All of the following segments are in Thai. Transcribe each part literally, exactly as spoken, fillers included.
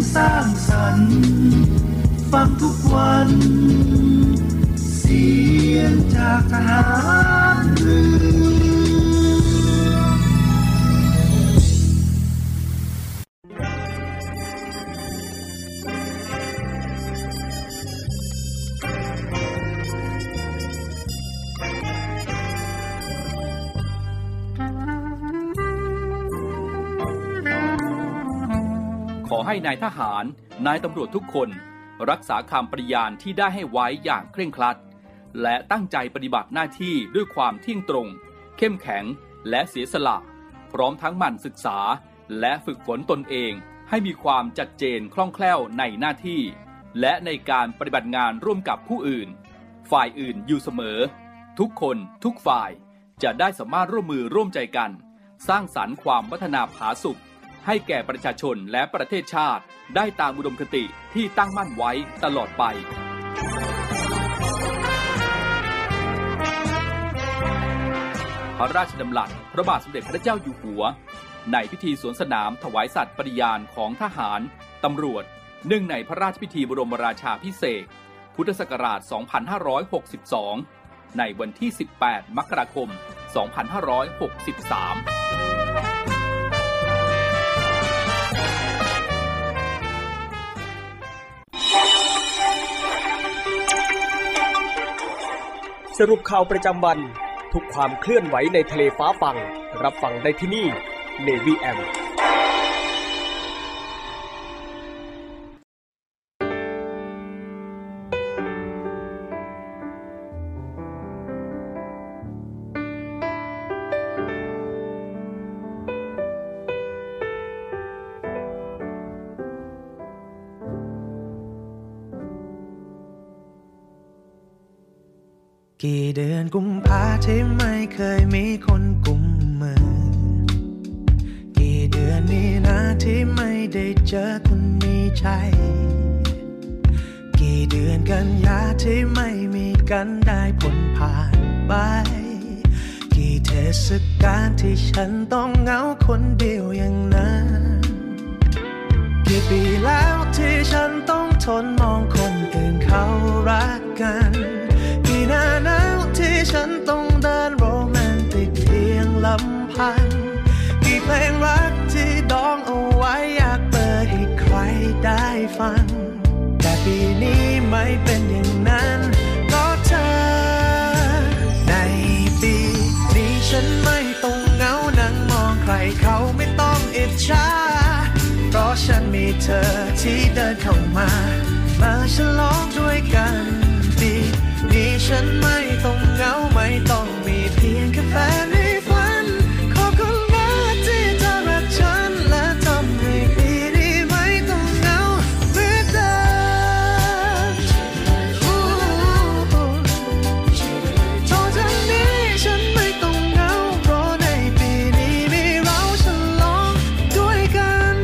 สร้างสรรค์ฟังทุกวันเสียงจากทหารเรือขอให้นายทหารนายตำรวจทุกคนรักษาคำปฏิญาณที่ได้ให้ไว้อย่างเคร่งครัดและตั้งใจปฏิบัติหน้าที่ด้วยความเที่ยงตรงเข้มแข็งและเสียสละพร้อมทั้งหมั่นศึกษาและฝึกฝนตนเองให้มีความชัดเจนคล่องแคล่วในหน้าที่และในการปฏิบัติงานร่วมกับผู้อื่นฝ่ายอื่นอยู่เสมอทุกคนทุกฝ่ายจะได้สามารถร่วมมือร่วมใจกันสร้างสรรค์ความพัฒนาผาสุกให้แก่ประชาชนและประเทศชาติได้ตามอุดมคติที่ตั้งมั่นไว้ตลอดไปพระราชดำรัสพระบาทสมเด็จพระเจ้าอยู่หัวในพิธีสวนสนามถวายสัตย์ปฏิญาณของทหารตำรวจเนื่องในพระราชพิธีบรมราชาภิเษกพุทธศักราช สองพันห้าร้อยหกสิบสอง ในวันที่ สิบแปด มกราคม สองพันห้าร้อยหกสิบสามสรุปข่าวประจำวันทุกความเคลื่อนไหวในทะเลฟ้าฟังรับฟังได้ที่นี่ Navy เอ เอ็มกี่เดือนกุมภาที่ไม่เคยมีคนกุมมือกี่เดือนมีนาที่ไม่ได้เจอคนมีใจกี่เดือนกันยาที่ไม่มีกันได้ผลผ่านไปกี่เทศกาลที่ฉันต้องเหงาคนเดียวอย่างนั้นกี่ปีแล้วที่ฉันต้องทนมองคนอื่นเขารักกันกี่หน้าหนาวที่ฉันต้องเดินโรแมนติกเพียงลำพังกี่เพลงรักที่ดองเอาไว้อยากเปิดให้ใครได้ฟังแต่ปีนี้ไม่เป็นอย่างนั้นก็เธอในปีนี้ฉันไม่ต้องเหงานั่งมองใครเขาไม่ต้องอิจฉาเพราะฉันมีเธอที่เดินเข้ามามาฉลองด้วยกันปีนี้ฉันไม่ต้องเหงาไม่ต้องมีเพียงแค่แฟนในฝันขอบคุณนะที่เธอรักฉันและทำให้ปีนี้ไม่ต้องเหงาเหมือนเดิมโทษทั้งนี้ฉันไม่ต้องเหงาเพราะในปีนี้มีเราฉลองด้วยกัน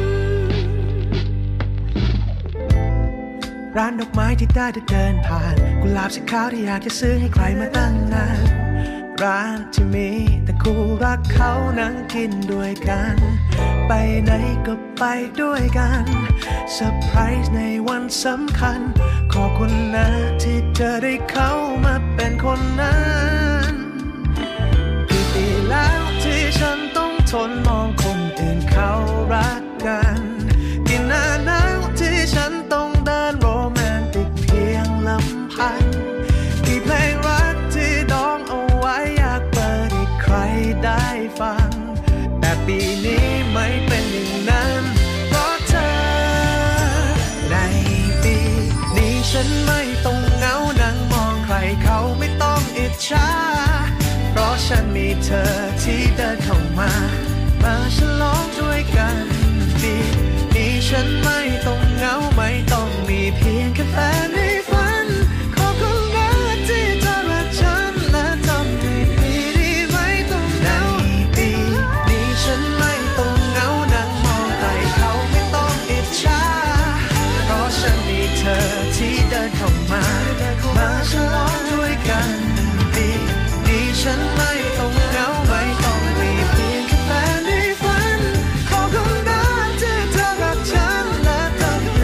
ร้านดอกไม้ที่ได้เดินผ่านกุหลาบสีขาวที่อยากจะซื้อให้ใครมาตั้งนานร้านที่มีแต่คู่รักเขานั่งกินด้วยกันไปไหนก็ไปด้วยกันเซอร์ไพรส์ในวันสำคัญขอบคุณนะที่เธอได้เข้ามาเป็นคนนั้นกี่ปีแล้วที่ฉันต้องทนมองคนอื่นเขารักกันกี่หน้าหนาวที่ฉันต้องเดินโรแมนติกเพียงลำพังกี่เพลงรักที่ดองเอาไว้อยากเปิดให้ใครได้ฟังแต่ปีนี้ไม่เป็นอย่างนั้นเพราะเธอในปีนี้ฉันไม่ต้องเหงานั่งมองใครเขาไม่ต้องอิจฉาเพราะฉันมีเธอที่เดินเข้ามามาฉลองด้วยกันปีนี้ฉันไม่ต้องเหงาไม่ต้องมีเพียงแค่แฟนในฝันขอบคุณนะที่เธอรักฉันและทำให้ปีนี้ไม่ต้องเหงาปีนี้ฉันไม่ต้องเหงานั่งมองใครเขาไม่ต้องอิจฉาเพราะฉันมีเธอที่เดินเข้ามามาฉลองด้วยกันปีนี้ฉันไม่ต้องเหงาไม่ต้องมีเพียงแค่แฟนในฝันขอบคุณนะที่เธอรักฉันและทำ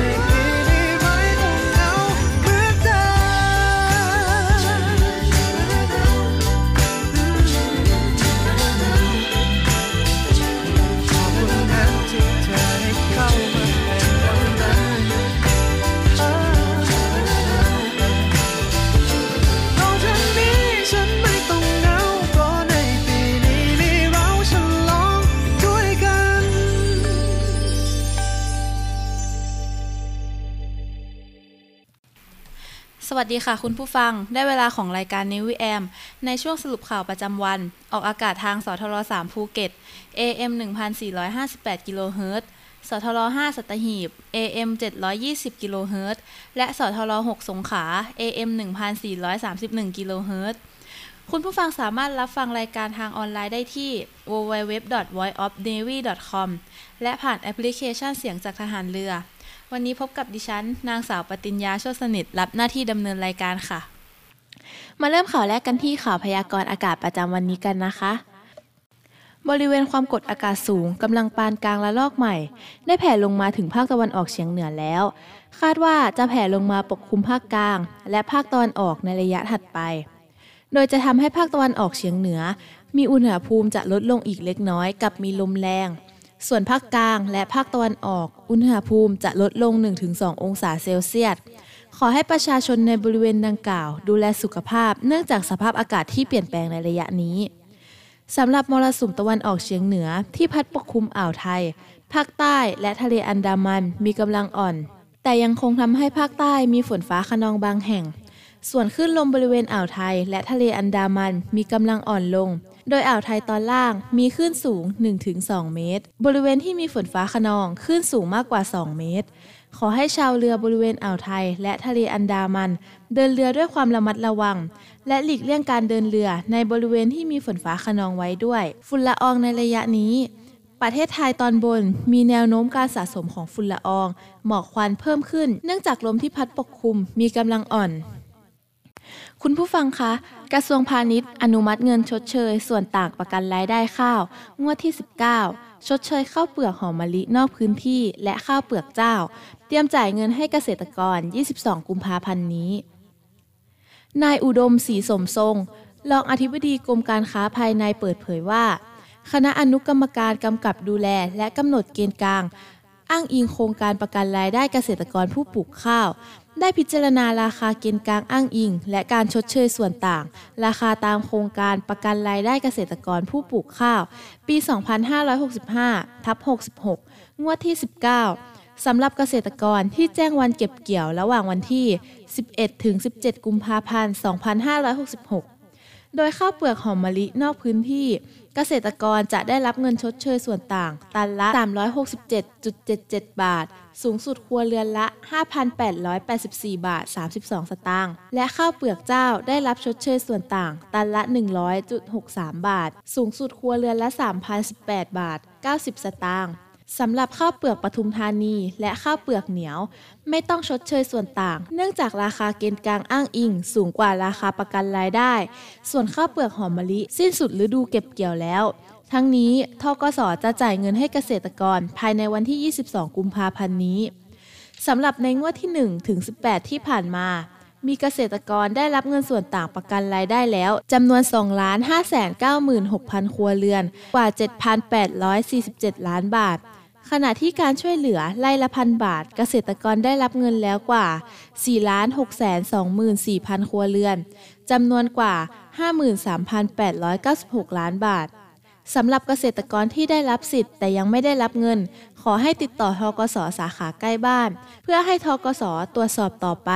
สวัสดีค่ะคุณผู้ฟังได้เวลาของรายการ Navy แอม ในช่วงสรุปข่าวประจำวันออกอากาศทางสทรสามภูเก็ต เอ เอ็ม หนึ่งพันสี่ร้อยห้าสิบแปด กิโลเฮิรตซ์สทรห้าสัตหีบ เอ เอ็ม เจ็ดร้อยยี่สิบ กิโลเฮิรตซ์และสทรหกสงขลา เอ เอ็ม หนึ่งพันสี่ร้อยสามสิบเอ็ด กิโลเฮิรตซ์คุณผู้ฟังสามารถรับฟังรายการทางออนไลน์ได้ที่ ดับเบิลยู ดับเบิลยู ดับเบิลยู ดอท voice of navy ดอท คอม และผ่านแอปพลิเคชันเสียงจากทหารเรือวันนี้พบกับดิฉันนางสาวปติญญาโชติสนิทรับหน้าที่ดำเนินรายการค่ะมาเริ่มข่าวแรกกันที่ข่าวพยากรณ์อากาศประจำวันนี้กันนะคะบริเวณความกดอากาศสูงกำลังปานกลางระลอกใหม่ได้แผ่ลงมาถึงภาคตะวันออกเฉียงเหนือแล้วคาดว่าจะแผ่ลงมาปกคลุมภาคกลางและภาคตะวันออกในระยะถัดไปโดยจะทำให้ภาคตะวันออกเฉียงเหนือมีอุณหภูมิจะลดลงอีกเล็กน้อยกับมีลมแรงส่วนภาคกลางและภาคตะวันออกอุณหภูมิจะลดลง หนึ่งถึงสอง องศาเซลเซียสขอให้ประชาชนในบริเวณดังกล่าวดูแลสุขภาพเนื่องจากสภาพอากาศที่เปลี่ยนแปลงในระยะนี้สำหรับมรสุมตะวันออกเฉียงเหนือที่พัดปกคลุมอ่าวไทยภาคใต้และทะเลอันดามันมีกำลังอ่อนแต่ยังคงทำให้ภาคใต้มีฝนฟ้าคะนองบางแห่งส่วนคลื่นลมบริเวณอ่าวไทยและทะเลอันดามันมีกำลังอ่อนลงโดยอ่าวไทยตอนล่างมีคลื่นสูง หนึ่งถึงสอง เมตรบริเวณที่มีฝนฟ้าคะนองคลื่นสูงมากกว่าสองเมตรขอให้ชาวเรือบริเวณอ่าวไทยและทะเลอันดามันเดินเรือด้วยความระมัดระวังและหลีกเลี่ยงการเดินเรือในบริเวณที่มีฝนฟ้าคะนองไว้ด้วยฝุ่นละอองในระยะนี้ประเทศไทยตอนบนมีแนวโน้มการสะสมของฝุ่นละอองหมอกควันเพิ่มขึ้นเนื่องจากลมที่พัดปกคลุมมีกำลังอ่อนคุณผู้ฟังคะกระทรวงพาณิชย์อนุมัติเงินชดเชยส่วนต่างประกันรายได้ข้าวงวดที่สิบเก้าชดเชยข้าวเปลือกหอมมะลินอกพื้นที่และข้าวเปลือกเจ้าเตรียมจ่ายเงินให้เกษตรกรยี่สิบสองกุมภาพันธ์นี้นายอุดมศรีสมทรงรองอธิบดีกรมการค้าภายในเปิดเผยว่าคณะอนุกรรมการกำกับดูแลและกำหนดเกณฑ์กลางอ้างอิงโครงการประกันรายได้เกษตรกรผู้ปลูกข้าวได้พิจารณาราคาเกณฑ์กลางอ้างอิงและการชดเชยส่วนต่างราคาตามโครงการประกันรายได้เกษตรกรผู้ปลูกข้าวปี สองพันห้าร้อยหกสิบห้า ทับ หกสิบหก งวดที่ สิบเก้าสำหรับเกษตรกรที่แจ้งวันเก็บเกี่ยวระหว่างวันที่ สิบเอ็ดถึงสิบเจ็ด กุมภาพันธ์ สองพันห้าร้อยหกสิบหกโดยข้าวเปลือกหอมมะลินอกพื้นที่เกษตรกรจะได้รับเงินชดเชยส่วนต่างตันละ สามร้อยหกสิบเจ็ดจุดเจ็ดเจ็ด บาทสูงสุดครัวเรือนละ ห้าพันแปดร้อยแปดสิบสี่ บาท สามสิบสอง สตางค์และข้าวเปลือกเจ้าได้รับชดเชยส่วนต่างตันละ หนึ่งร้อยจุดหกสาม บาทสูงสุดครัวเรือนละ สามพันสิบแปด บาท เก้าสิบ สตางค์สำหรับข้าวเปลือกปทุมธานีและข้าวเปลือกเหนียวไม่ต้องชดเชยส่วนต่างเนื่องจากราคาเกณฑ์กลางอ้างอิงสูงกว่าราคาประกันรายได้ส่วนข้าวเปลือกหอมมะลิสิ้นสุดฤดูเก็บเกี่ยวแล้วทั้งนี้ธกส.จะจ่ายเงินให้เกษตรกรภายในวันที่ยี่สิบสองกุมภาพันธ์นี้สำหรับในงวดที่หนึ่งถึงสิบแปดที่ผ่านมามีเกษตรกรได้รับเงินส่วนต่างประกันรายได้แล้วจำนวน สองล้านห้าแสนเก้าหมื่นหกพัน ครัวเรือนกว่า เจ็ดพันแปดร้อยสี่สิบเจ็ด ล้านบาทขณะที่การช่วยเหลือไร่ละพันบาทเกษตรกรได้รับเงินแล้วกว่า สี่ล้านหกแสนสองหมื่นสี่พัน ครัวเรือนจำนวนกว่า ห้าหมื่นสามพันแปดร้อยเก้าสิบหก ล้านบาทสำหรับเกษตรกรที่ได้รับสิทธิ์แต่ยังไม่ได้รับเงินขอให้ติดต่อธกส.สาขาใกล้บ้านเพื่อให้ธกส.ตรวจสอบต่อไป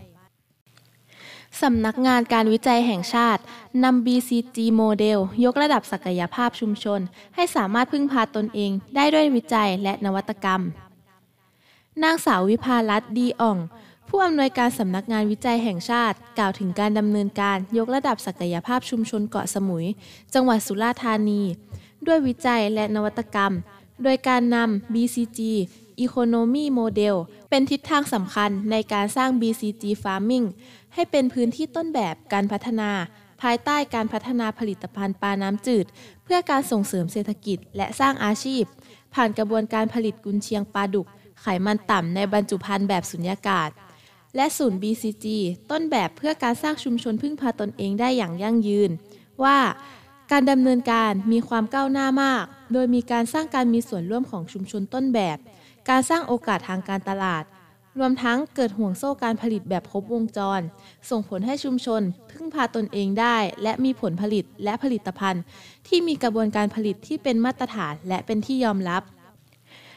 สำนักงานการวิจัยแห่งชาตินำ บี ซี จี โมเดลยกระดับศักยภาพชุมชนให้สามารถพึ่งพาตนเองได้ด้วยวิจัยและนวัตกรรมนางสาววิภารัตน์ดีอ่องผู้อำนวยการสำนักงานวิจัยแห่งชาติกล่าวถึงการดำเนินการยกระดับศักยภาพชุมชนเกาะสมุยจังหวัดสุราษฎร์ธานีด้วยวิจัยและนวัตกรรมโดยการนำ บี ซี จี Economy Model เป็นทิศทางสำคัญในการสร้าง บี ซี จี Farming ให้เป็นพื้นที่ต้นแบบการพัฒนาภายใต้การพัฒนาผลิตภัณฑ์ปลาน้ำจืดเพื่อการส่งเสริมเศรษฐกิจและสร้างอาชีพผ่านกระบวนการผลิตกุนเชียงปลาดุกไขมันต่ำในบรรจุภัณฑ์แบบสุญญากาศและศูนย์ บี ซี จี ต้นแบบเพื่อการสร้างชุมชนพึ่งพาตนเองได้อย่างยั่งยืนว่าการดำเนินการมีความก้าวหน้ามากโดยมีการสร้างการมีส่วนร่วมของชุมชนต้นแบบการสร้างโอกาสทางการตลาดรวมทั้งเกิดห่วงโซ่การผลิตแบบครบวงจรส่งผลให้ชุมชนพึ่งพาตนเองได้และมีผลผลิตและผลิตภัณฑ์ที่มีกระบวนการผลิตที่เป็นมาตรฐานและเป็นที่ยอมรับ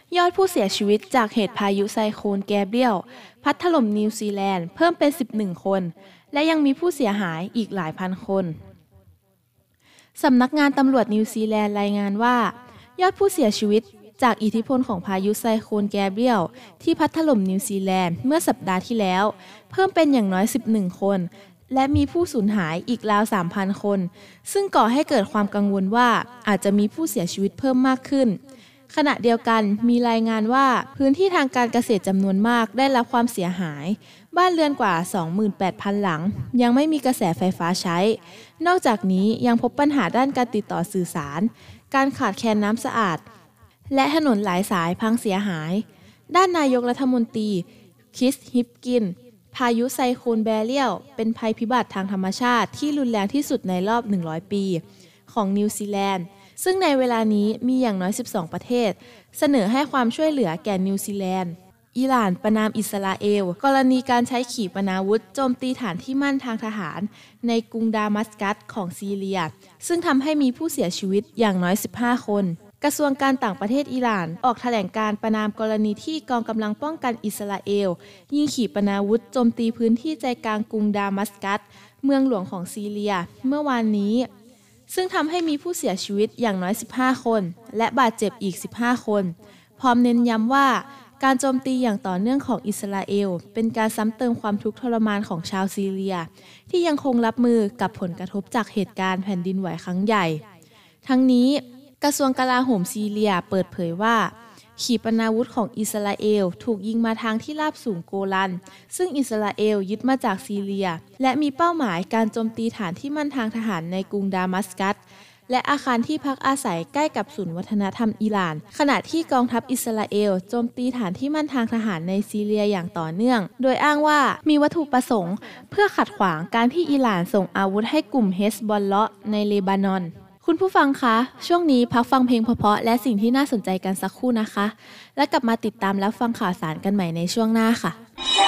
ยอดผู้เสียชีวิตจากเหตุพายุไซโคลนแกเบรียลพัดถล่มนิวซีแลนด์เพิ่มเป็นสิบเอ็ดคนและยังมีผู้เสียหายอีกหลายพันคนสำนักงานตำรวจนิวซีแลนด์รายงานว่ายอดผู้เสียชีวิตจากอิทธิพลของพายุไซโคลนแกเบรียลที่พัดถล่มนิวซีแลนด์เมื่อสัปดาห์ที่แล้วเพิ่มเป็นอย่างน้อยสิบเอ็ดคนและมีผู้สูญหายอีกราว สามพัน คนซึ่งก่อให้เกิดความกังวลว่าอาจจะมีผู้เสียชีวิตเพิ่มมากขึ้นขณะเดียวกันมีรายงานว่าพื้นที่ทางการเกษตรจำนวนมากได้รับความเสียหายบ้านเรือนกว่า สองหมื่นแปดพัน หลังยังไม่มีกระแสไฟฟ้าใช้นอกจากนี้ยังพบปัญหาด้านการติดต่อสื่อสารการขาดแคลนน้ำสะอาดและถนนหลายสายพังเสียหายด้านนายกรัฐมนตรีคริสฮิปกินพายุไซโคลนแบเรียลเป็นภัยพิบัติทางธรรมชาติที่รุนแรงที่สุดในรอบหนึ่งร้อยปีของนิวซีแลนด์ซึ่งในเวลานี้มีอย่างน้อยสิบสองประเทศเสนอให้ความช่วยเหลือแก่นิวซีแลนด์อิหร่านประณามอิสราเอลกรณีการใช้ขีปนาวุธโจมตีฐานที่มั่นทางทหารในกรุงดามัสกัสของซีเรียซึ่งทำให้มีผู้เสียชีวิตอย่างน้อยสิบห้าคนกระทรวงการต่างประเทศอิหร่านออกแถลงการประณามกรณีที่กองกำลังป้องกันอิสราเอลยิงขีปนาวุธโจมตีพื้นที่ใจกลางกรุงดามัสกัสเมืองหลวงของซีเรียเมื่อวานนี้ซึ่งทำให้มีผู้เสียชีวิตอย่างน้อยสิบห้าคนและบาดเจ็บอีกสิบห้าคนพร้อมเน้นย้ำว่าการโจมตีอย่างต่อเนื่องของอิสราเอลเป็นการซ้ำเติมความทุกข์ทรมานของชาวซีเรียที่ยังคงรับมือกับผลกระทบจากเหตุการณ์แผ่นดินไหวครั้งใหญ่ทั้งนี้กระทรวงกลาโหมซีเรียเปิดเผยว่าขีปนาวุธของอิสราเอลถูกยิงมาทางที่ราบสูงโกลันซึ่งอิสราเอลยึดมาจากซีเรียและมีเป้าหมายการโจมตีฐานที่มั่นทางทหารในกรุงดามัสกัสและอาคารที่พักอาศัยใกล้กับศูนย์วัฒนธรรมอิหร่านขณะที่กองทัพอิสราเอลโจมตีฐานที่มั่นทางทหารในซีเรียอย่างต่อเนื่องโดยอ้างว่ามีวัตถุประสงค์เพื่อขัดขวางการที่อิหร่านส่งอาวุธให้กลุ่มเฮซบอลเลาะห์ในเลบานอนคุณผู้ฟังคะช่วงนี้พักฟังเพลงเพราะๆและสิ่งที่น่าสนใจกันสักครู่นะคะและกลับมาติดตามรับฟังข่าวสารกันใหม่ในช่วงหน้าค่ะ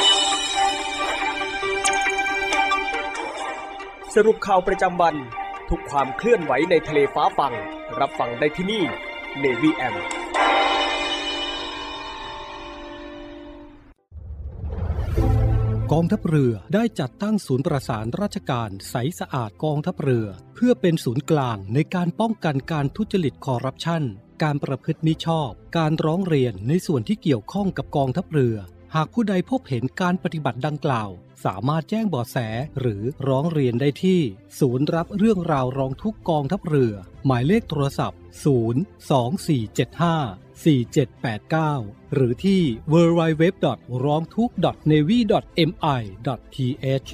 สรุปข่าวประจำวันทุกความเคลื่อนไหวในทะเลฟ้าฟังรับฟังได้ที่นี่ Navy เอ เอ็มกองทัพเรือได้จัดตั้งศูนย์ประสานราชการใสสะอาดกองทัพเรือเพื่อเป็นศูนย์กลางในการป้องกันการทุจริตคอร์รัปชันการประพฤติมิชอบการร้องเรียนในส่วนที่เกี่ยวข้องกับกองทัพเรือหากผู้ใดพบเห็นการปฏิบัติดังกล่าวสามารถแจ้งเบาะแสหรือร้องเรียนได้ที่ศูนย์รับเรื่องราวร้องทุกข์กองทัพเรือหมายเลขโทรศัพท์ศูนย์ สอง สี่ เจ็ด ห้า สี่ เจ็ด แปด เก้าหรือที่ ดับเบิลยู ดับเบิลยู ดับเบิลยู ดอท ร้องทุกข์ ดอท เนวี่ ดอท เอ็ม ไอ ดอท ที เอช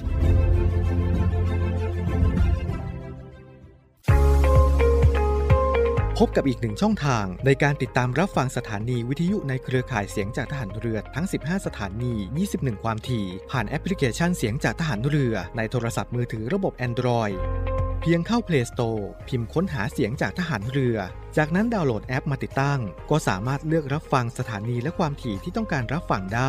พบกับอีกหนึ่งช่องทางในการติดตามรับฟังสถานีวิทยุในเครือข่ายเสียงจากทหารเรือทั้งสิบห้าสถานียี่สิบเอ็ดความถี่ผ่านแอปพลิเคชันเสียงจากทหารเรือในโทรศัพท์มือถือระบบ Android เพียงเข้า Play Store พิมพ์ค้นหาเสียงจากทหารเรือจากนั้นดาวน์โหลดแอปมาติดตั้งก็สามารถเลือกรับฟังสถานีและความถี่ที่ต้องการรับฟังได้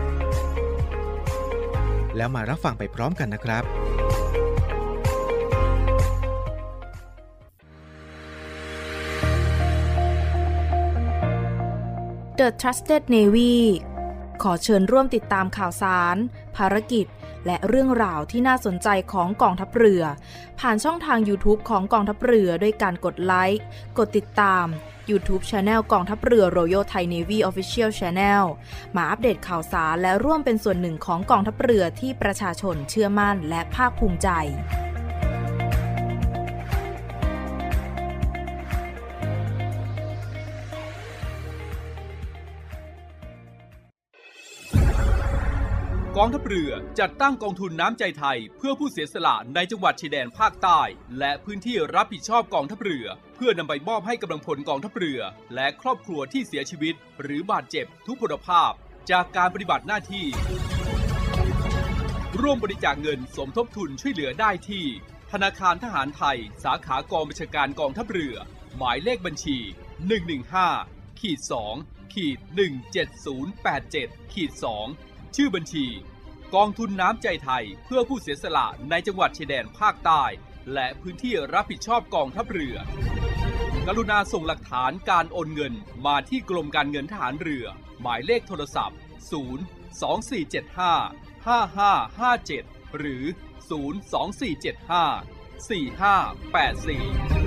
แล้วมารับฟังไปพร้อมกันนะครับ The Trusted Navy ขอเชิญร่วมติดตามข่าวสารภารกิจและเรื่องราวที่น่าสนใจของกองทัพเรือผ่านช่องทาง YouTube ของกองทัพเรือด้วยการกดไลค์กดติดตาม YouTube Channel กองทัพเรือ Royal Thai Navy Official Channel มาอัปเดตข่าวสารและร่วมเป็นส่วนหนึ่งของกองทัพเรือที่ประชาชนเชื่อมั่นและภาคภูมิใจกองทัพเรือจัดตั้งกองทุนน้ำใจไทยเพื่อผู้เสียสละในจังหวัดชายแดนภาคใต้และพื้นที่รับผิดชอบกองทัพเรือเพื่อนำไปมอบให้กำลังพลกองทัพเรือและครอบครัวที่เสียชีวิตหรือบาดเจ็บทุกพลภาพจากการปฏิบัติหน้าที่ร่วมบริจาคเงินสมทบทุนช่วยเหลือได้ที่ธนาคารทหารไทยสาขากองบัญชาการกองทัพเรือหมายเลขบัญชี หนึ่ง หนึ่ง ห้า สอง หนึ่ง เจ็ด ศูนย์ แปด เจ็ด สองชื่อบัญชีกองทุนน้ำใจไทยเพื่อผู้เสียสละในจังหวัดชายแดนภาคใต้และพื้นที่รับผิดชอบกองทัพเรือกรุณาส่งหลักฐานการโอนเงินมาที่กรมการเงินทหารเรือหมายเลขโทรศัพท์ศูนย์ สอง สี่ เจ็ด ห้า ห้า ห้า ห้า เจ็ดหรือศูนย์ สอง สี่ เจ็ด ห้า สี่ ห้า แปด สี่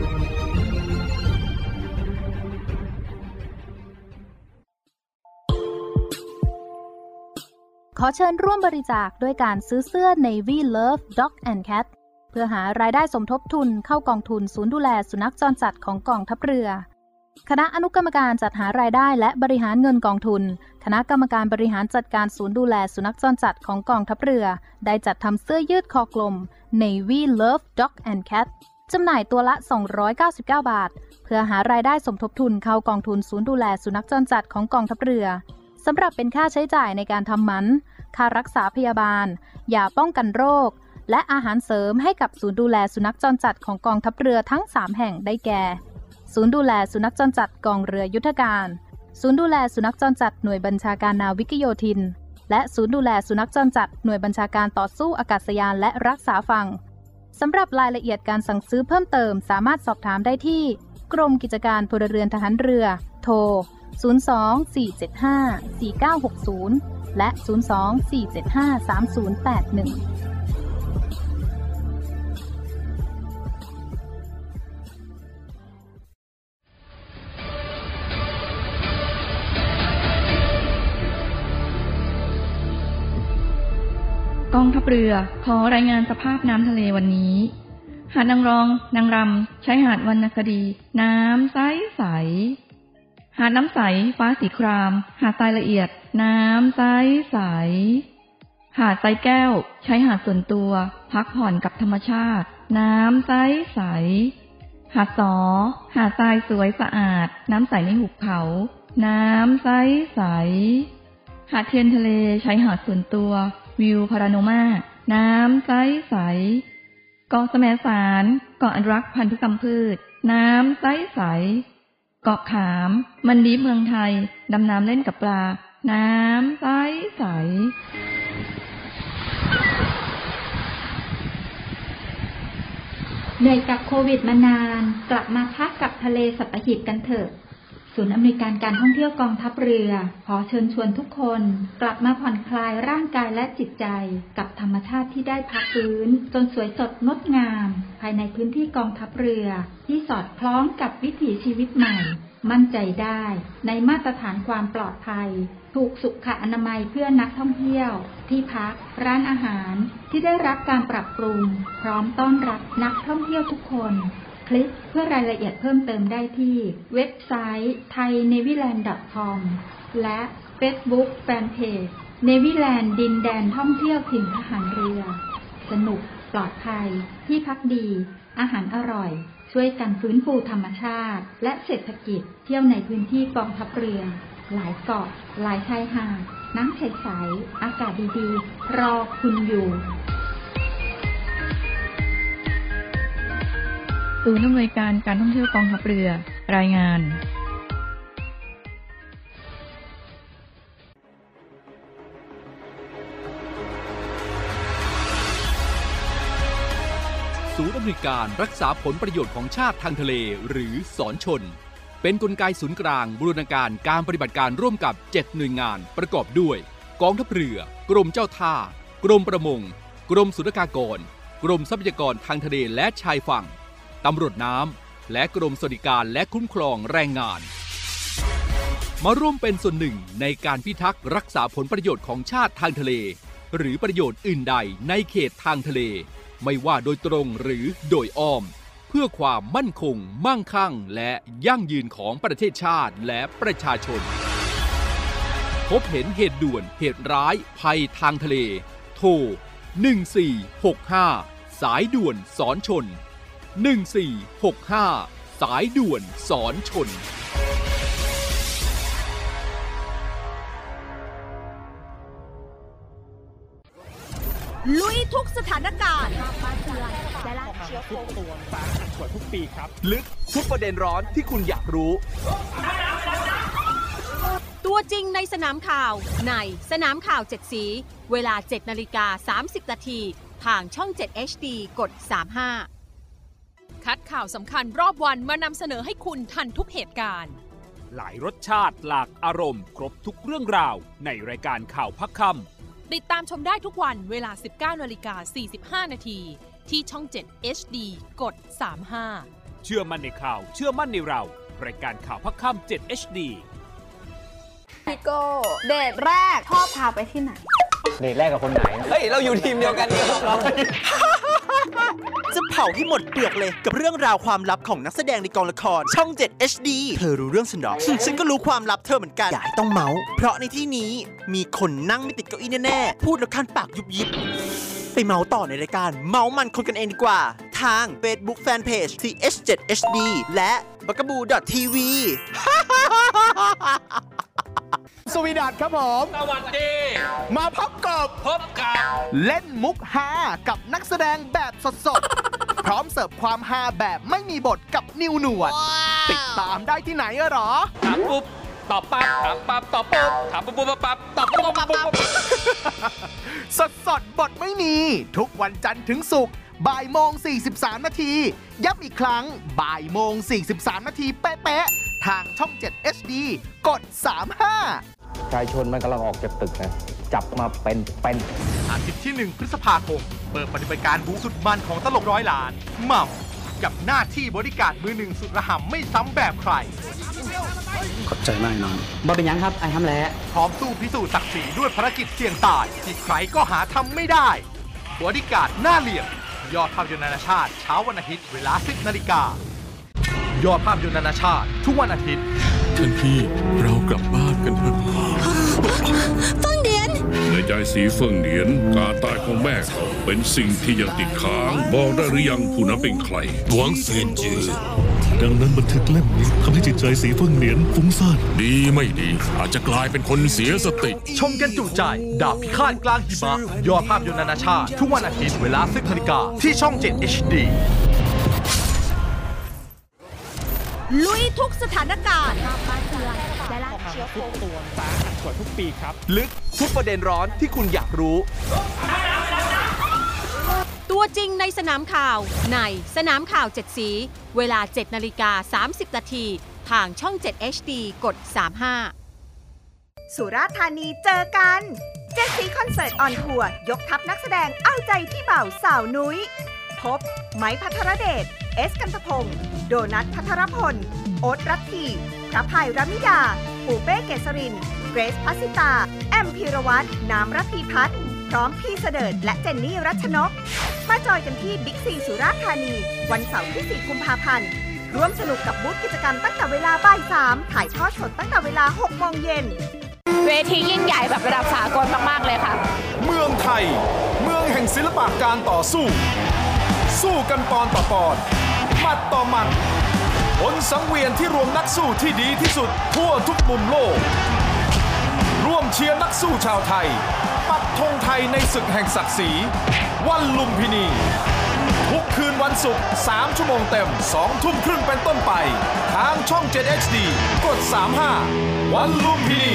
ขอเชิญร่วมบริจาคด้วยการซื้อเสื้อ Navy Love Dog and Cat เพื่อหารายได้สมทบทุนเข้ากองทุนศูนย์ดูแลสุนัขจรจัดของกองทัพเรือคณะอนุกรรมการจัดหารายได้และบริหารเงินกองทุนคณะกรรมการบริหารจัดการศูนย์ดูแลสุนัขจรจัดของกองทัพเรือได้จัดทำเสื้อยืดคอกลม Navy Love Dog and Cat จำหน่ายตัวละสองร้อยเก้าสิบเก้าบาทเพื่อหารายได้สมทบทุนเข้ากองทุนศูนย์ดูแลสุนัขจรจัดของกองทัพเรือสำหรับเป็นค่าใช้จ่ายในการทำหมันค่ารักษาพยาบาลยาป้องกันโรคและอาหารเสริมให้กับศูนย์ดูแลสุนัขจรจัดของกองทัพเรือทั้งสามแห่งได้แก่ศูนย์ดูแลสุนัขจรจัดกองเรือยุทธการศูนย์ดูแลสุนัขจรจัดหน่วยบัญชาการนาวิกโยธินและศูนย์ดูแลสุนัขจรจัดหน่วยบัญชาการต่อสู้อากาศยานและรักษาฝั่งสำหรับรายละเอียดการสั่งซื้อเพิ่มเติมสามารถสอบถามได้ที่กรมกิจการพลเรือนทหารเรือโทรศูนย์ สอง สี่ เจ็ด ห้า สี่ เก้า หก ศูนย์และศูนย์ สอง สี่ เจ็ด ห้า สาม ศูนย์ แปด หนึ่งกองทัพเรือขอรายงานสภาพน้ำทะเลวันนี้หาดนางรองนางรำชายหาดวรรณคดีน้ำใสใสหาดน้ำใสฟ้าสีครามหาดทรายละเอียดน้ำใสใสหาดทรายแก้วชายหาดส่วนตัวพักผ่อนกับธรรมชาติน้ำใสใสหาดสอหาดทรายสวยสะอาดน้ำใสในหุบเขาน้ำใสใสหาดเทียนทะเลชายหาดส่วนตัววิวพาราโนมาน้ำใสใสเกาะแสมสารเกาะอนุรักษ์พันธุกรรมพืชน้ำใสใสเกาะขามมันดีเมืองไทยดำน้ำเล่นกับปลาน้ำใสใสเหนื่อยกับโควิดมานานกลับมาพักกับทะเลสัตหีบกันเถอะศูนย์อำนวยการการท่องเที่ยวกองทัพเรือขอเชิญชวนทุกคนกลับมาผ่อนคลายร่างกายและจิตใจกับธรรมชาติที่ได้พักฟื้นจนสวยสดงดงามภายในพื้นที่กองทัพเรือที่สอดคล้องกับวิถีชีวิตใหม่มั่นใจได้ในมาตรฐานความปลอดภัยถูกสุขอนามัยเพื่อนักท่องเที่ยวที่พักร้านอาหารที่ได้รับการปรับปรุงพร้อมต้อนรับนักท่องเที่ยวทุกคนคลิกเพื่อรายละเอียดเพิ่มเติมได้ที่เว็บไซต์ ไทยเนวิแลนด์ ดอท คอม และ Facebook Fanpage เนวิแลนด์ดินแดนท่องเที่ยวถิ่นทหารเรือสนุกปลอดภัยที่พักดีอาหารอร่อยช่วยกันฟื้นฟูธรรมชาติและเศรษฐกิจเที่ยวในพื้นที่กองทัพเรือหลายเกาะหลายชายหาดน้ำใสๆอากาศดีๆรอคุณอยู่ศูนย์อำนวยการการท่องเที่ยวกองทัพเรือรายงานศูนย์อำนวยการรักษาผลประโยชน์ของชาติทางทะเลหรือศรชนเป็นกลไกศูนย์กลางบูรณาการการปฏิบัติการร่วมกับเจ็ดหน่วยงานประกอบด้วยกองทัพเรือกรมเจ้าท่ากรมประมงกรมศุลกากรกรมทรัพยากรทางทะเลและชายฝั่งตำรวจน้ำและกรมสวัสดิการและคุ้มครองแรงงานมาร่วมเป็นส่วนหนึ่งในการพิทักษ์รักษาผลประโยชน์ของชาติทางทะเลหรือประโยชน์อื่นใดในเขตทางทะเลไม่ว่าโดยตรงหรือโดยอ้อมเพื่อความมั่นคงมั่งคั่งและยั่งยืนของประเทศชาติและประชาชนพบเห็นเหตุด่วนเหตุร้ายภัยทางทะเลโทรหนึ่งสี่หกห้าสายด่วนสอนชนหนึ่งสี่หกห้าสายด่วนสอนชนลุยทุกสถานการณ์ทุกตัวสาหัสกว่าทุกปีครับลึกทุกประเด็นร้อนที่คุณอยากรู้ตัวจริงในสนามข่าวในสนามข่าวเจ็ดสีเวลา เจ็ดนาฬิกาสามสิบนาทีทางช่องเจ็ด เอช ดี กดสามสิบห้าคัดข่าวสำคัญรอบวันมานำเสนอให้คุณทันทุกเหตุการณ์หลายรสชาติหลากอารมณ์ครบทุกเรื่องราวในรายการข่าวพักค่ำติดตามชมได้ทุกวันเวลา สิบเก้านาฬิกาสี่สิบห้านาทีที่ช่องเจ็ด เอช ดี กดสามสิบห้าเชื่อมั่นในข่าวเชื่อมั่นในเรารายการข่าวพักค่ำเจ็ด เอช ดีพี่โก้เดทแรกชอบพาไปที่ไหนเดทแรกกับคนไหนเฮ้ยเราอยู่ทีมเดียวกันนี่จะเผาให้หมดเปลือกเลยกับเรื่องราวความลับของนักแสดงในกองละครช่อง เจ็ด เอช ดี เธอรู้เรื่องฉันหรอ ฉันก็รู้ความลับเธอเหมือนกันอย่าให้ต้องเมาส์เพราะในที่นี้มีคนนั่งไม่ติดเก้าอี้แน่ๆพูดแล้วคันปากยุบยิบไปเมาส์ต่อในรายการเมาส์มันคนกันเองดีกว่าทาง Facebook Fanpage ที เอช เจ็ด เอช ดี และบักกะบู ที วีสวีดัตครับผมสวัสดีมาพบกับพบกับเล่นมุกฮากับนักแสดงแบบสดๆ พร้อมเสิร์ฟความฮาแบบไม่มีบทกับนิวหนวด ติดตามได้ที่ไหนหรอถามปุ๊บตอบปั๊บถามปั๊บตอบปุ๊บถามปุ๊บปุ๊บปั๊บตอบปุ๊บปั๊บปั๊บสดสดบทไม่มีทุกวันจันทร์ถึงศุกร์บ่ายโมงสี่สิบสามนาทีย้ำอีกครั้งบ่ายโมงสี่สิบสามนาทีเป๊ะๆทางช่อง เจ็ด เอช ดี กดสามสิบห้าชายชนมันกำลังออกจากตึกนะจับมาเป็นเป็นอาทิตย์ที่หนึ่งพฤษภาคมเปิดปฏิบัติการบูสุดมันของตลกร้อยล้านหม่ำกับหน้าที่บริการมือหนึ่งสุดระห่ำไม่ซ้ำแบบใครขอบใจมากน้องบ่เป็นยังครับไอ้ทำแล้วพร้อมสู้พิสูจน์ศักดิ์ศรีด้วยภารกิจเสี่ยงตายที่ใครก็หาทำไม่ได้บริการหน้าเหลี่ยมยอดภาพยนตร์นานาชาติเช้าวันอาทิตย์เวลาสิบนาฬิกายอดภาพยนตร์นานาชาติทุกวันอาทิตย์ท่านพี่เรากลับบ้านกันเถอะเฟิงเดียนในใจสีเฟิงเดียนการตายของแม่เขาเป็นสิ่งที่ยังติดค้างบอกได้หรือยังผู้นั้นเป็นใครหวังเซียนจือดังนั้นบันทึกเล่มนี้ทำให้จิตใจสีเฟิงเดียนฟุ้งซ่านดีไม่ดีอาจจะกลายเป็นคนเสียสติชมกันจุใจดาบพิฆาตกลางหิมะยอดภาพยนตร์นานาชาติทุกวันอาทิตย์เวลาสิบนาฬิกาที่ช่อง เจ็ด เอช ดีลุยทุกสถานการณ์ทุกตัวสาหัสกว่าทุกปีครับลึกทุกประเด็นร้อนที่คุณอยากรู้ตัวจริงในสนามข่าวในสนามข่าวเจ็ดสีเวลา เจ็ดนาฬิกาสามสิบนาทีทางช่อง เจ็ด เอช ดี กดสามสิบห้าสุราษฎร์ธานีเจอกันเจ็ดสีคอนเสิร์ตออนทัวร์ยกทัพนักแสดงเอาใจพี่บ่าวสาวนุ้ยพบไม้พัทรเดชเอสกันตพงศ์โดนัทพัทรพลโอ๊ตรัตทีพระภัยรัมิดาปูเป้เกษรินเกรซพัสสิตาแอมพีรวัตรน้ำรัตพีพัฒน์พร้อมพี่เสดิร์ดและเจนนี่รัชนกมาจอยกันที่บิ๊กซีสุราษฎร์ธานีวันเสาร์ที่สี่กุมภาพันธ์ร่วมสนุกกับบูธกิจกรรมตั้งแต่เวลาบ่ายสามถ่ายทอดสดตั้งแต่เวลาหกโมงเย็นเวทียิ่งใหญ่แบบระดับสากลมากๆเลยค่ะเมืองไทยเมืองแห่งศิลปะการต่อสู้สู้กันปอนต่อปอนหมัดต่อหมัดผลสังเวียนที่รวมนักสู้ที่ดีที่สุดทั่วทุกมุมโลกร่วมเชียร์นักสู้ชาวไทยปักธงไทยในศึกแห่งศักดิ์ศรีวันลุมพินีทุกคืนวันศุกร์สามชั่วโมงเต็มสองทุ่มครึ่งเป็นต้นไปทางช่อง เจ็ด เอช ดี กดสามสิบห้าวันลุมพินี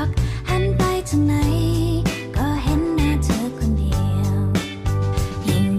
ยิ่ง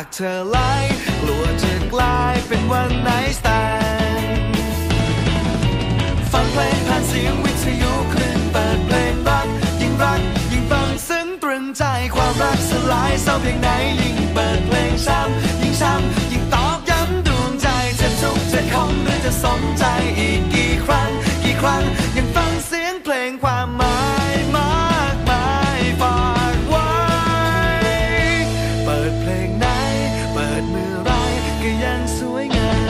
เธอไล่กลัวจะกลายเป็นวันไนท์สแตนด์ฟังเพลงผ่านเสียงวิทยุคลื่นเปิดเพลงรักยิ่งรักยิ่งฟังซึ้งตรึงใจความรักสลายเศร้าเพียงไหนยิ่งเปิดเพลงช้ำยิ่งช้ำยิ่งตอกย้ำดวงใจจะทุกข์จะคงหรือจะสนใจอีกกี่ครั้งกี่ครั้งยังฟังเสียงเพลงความหมายมากมายฝากไว้เปิดเพลงไหนเปิดเมื่อไรก็ยังสวยงาม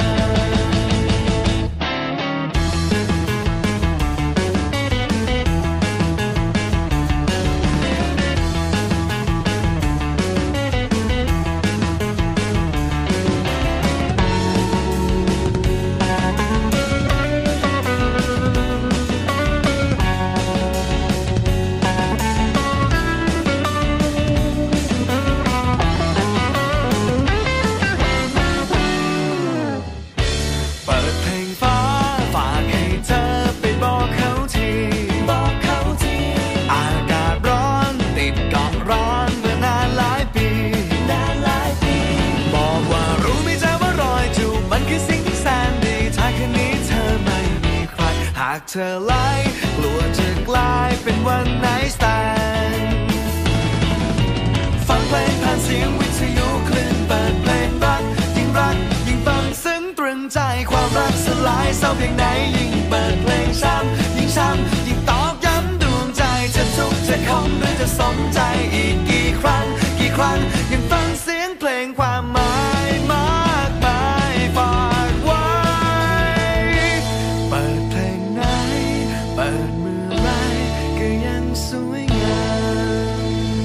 เธอไล่กลัวจะกลายเป็นวันไนท์สแตนด์ฟังเพลงผ่านเสียงวิทยุคลื่นเปิดเพลงรักยิ่งรักยิ่งฟังซึ้งตรึงใจความรักสลายเศร้าเพียงไหนยิ่งเปิดเพลงช้ำยิ่งช้ำยิ่งตอกย้ำดวงใจจะทุกข์จะคงหรือจะสนใจอีกกี่ครั้งกี่ครั้งยังฟังเสียงเพลงความหมายมากมายฝากไว้เปิดเพลงเปิดเมื่อไรก็ยังสวยงาม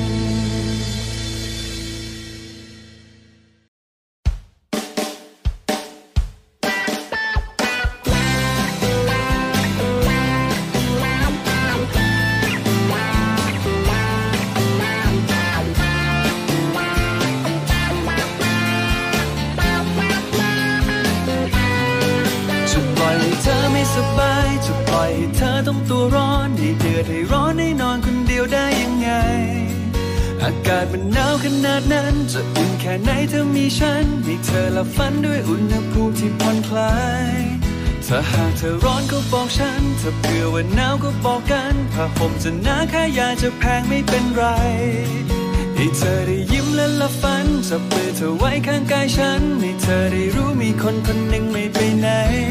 จะปล่อยให้เธอไม่สบายจะปล่อยให้เธอต้องตัวร้อนให้เดือดให้ร้อนให้นอนคนเดียวได้ยังไงอากาศมันหนาวขนาดนั้นจะอุ่นแค่ไหนเธอมีฉันให้เธอหลับฝันด้วยอุณหภูมิที่ผ่อนคลายถ้าหากเธอร้อนก็บอกฉันถ้าเผื่อว่าหนาวก็บอกกันผ้าห่มจะหนาค่ายาจะแพงไม่เป็นไรให้เธอได้ยิ้มและหลับฝันจับมือเธอไว้ข้างกายฉันให้เธอได้รู้มีคนคนหนึ่งไม่ไปไหน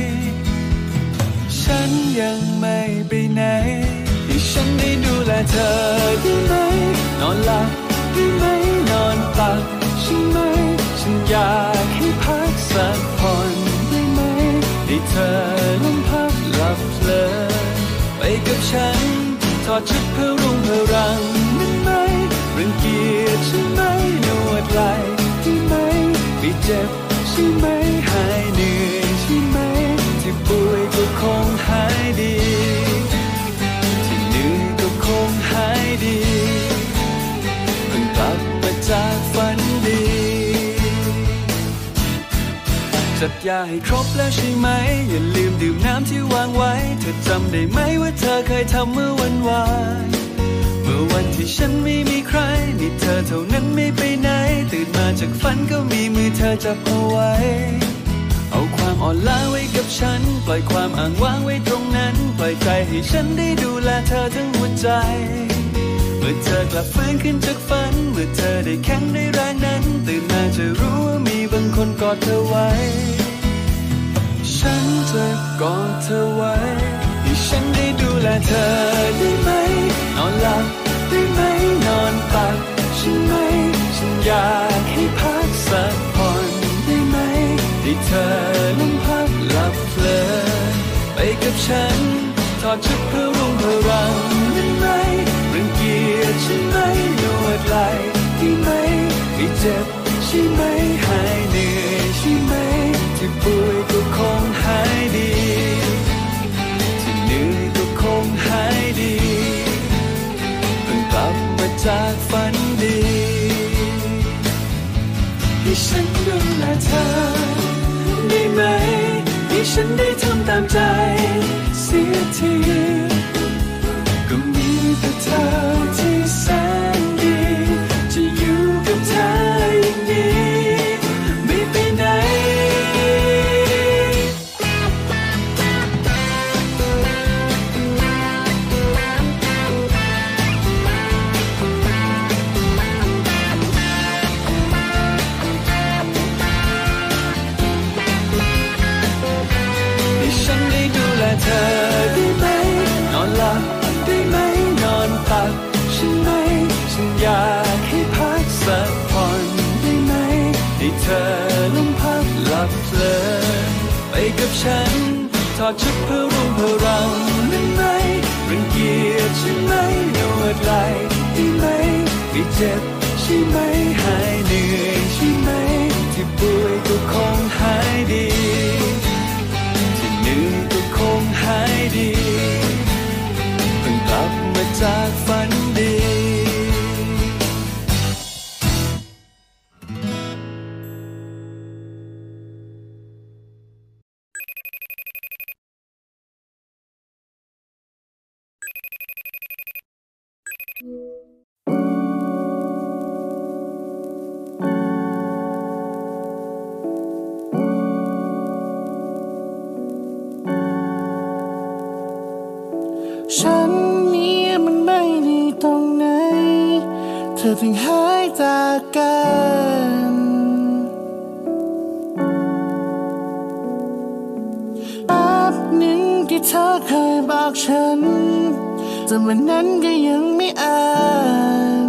ฉันยังไม่ไปไหนให้ฉันได้ดูแลเธอได้ไหมนอนหลับได้ไหมนอนตักใช่ไหมฉันอยากให้พักสักผ่อนได้ไหมให้เธอลมพักหลับเพลินไปกับฉันถอดชุดเพื่อรุ่งเพื่อรังได้ไหมรังเกียจใช่ไหมนวดไหล่ได้ไหมไม่เจ็บใช่ไหมหายเหนื่อยใช่ไหมที่ป่วยก็คงหายดีที่เหนื่อยก็คงหายดีเพิ่งกลับมาจากฝันดีจัดยาให้ครบแล้วใช่ไหมอย่าลืมดื่มน้ำที่วางไว้เธอจำได้ไหมว่าเธอเคยทำเมื่อวันวานเมื่อวันที่ฉันไม่มีใครมีเธอเท่านั้นไม่ไปไหนตื่นมาจากฝันก็มีมือเธอจับเอาไว้เอาความอ่อนล้าไว้กับฉันปล่อยความอ้างว้างไว้ตรงนั้นปล่อยใจให้ฉันได้ดูแลเธอทั้งหัวใจเมื่อเธอกลับฟื้นขึ้นจากฝันเมื่อเธอได้แข็งได้แรงนั้นตื่นมาจะรู้ว่ามีบางคนกอดเธอไว้ฉันจะกอดเธอไว้ให้ฉันได้ดูแลเธอได้ไหมนอนหลับได้ไหมนอนตักใช่ไหมฉันอยากให้พักสักผ่อนได้ไหมให้เธอลมพักหลับเพลินไปกับฉันถอดชุดเพื่อรุ่งเพื่อรังได้ไหมรังเกียจใช่ไหมนวดไหล่ได้ไหมไม่เจ็บใช่ไหมหายเหนื่อยใช่ไหมที่ป่วยก็คงหายดีที่เหนื่อยก็คงหายดีเพิ่งกลับมาจากฝันดีให้ฉันดูแลเธอได้ไหมให้ฉันได้ทำตามใจเสียทีก็มีแต่เธอที่แสนดีจะอยู่กับเธออย่างนี้อดชุดเพื่อรวมพลังได้ไหมรังเกียจใช่ไหมนวดไหล่ได้ไหมไม่เจ็บใช่ไหมหายเหนื่อยใช่ไหมที่ป่วยก็คงหายดีที่เหนื่อยก็คงหายดีเพิ่งกลับมาจากฝันดีฉันนี้มันไม่ดีตรงไหนเธอถึงหายจากกันแป๊บหนึ่งที่เธอเคยบอกฉันจนวันนั้นก็ยังไม่อ่าน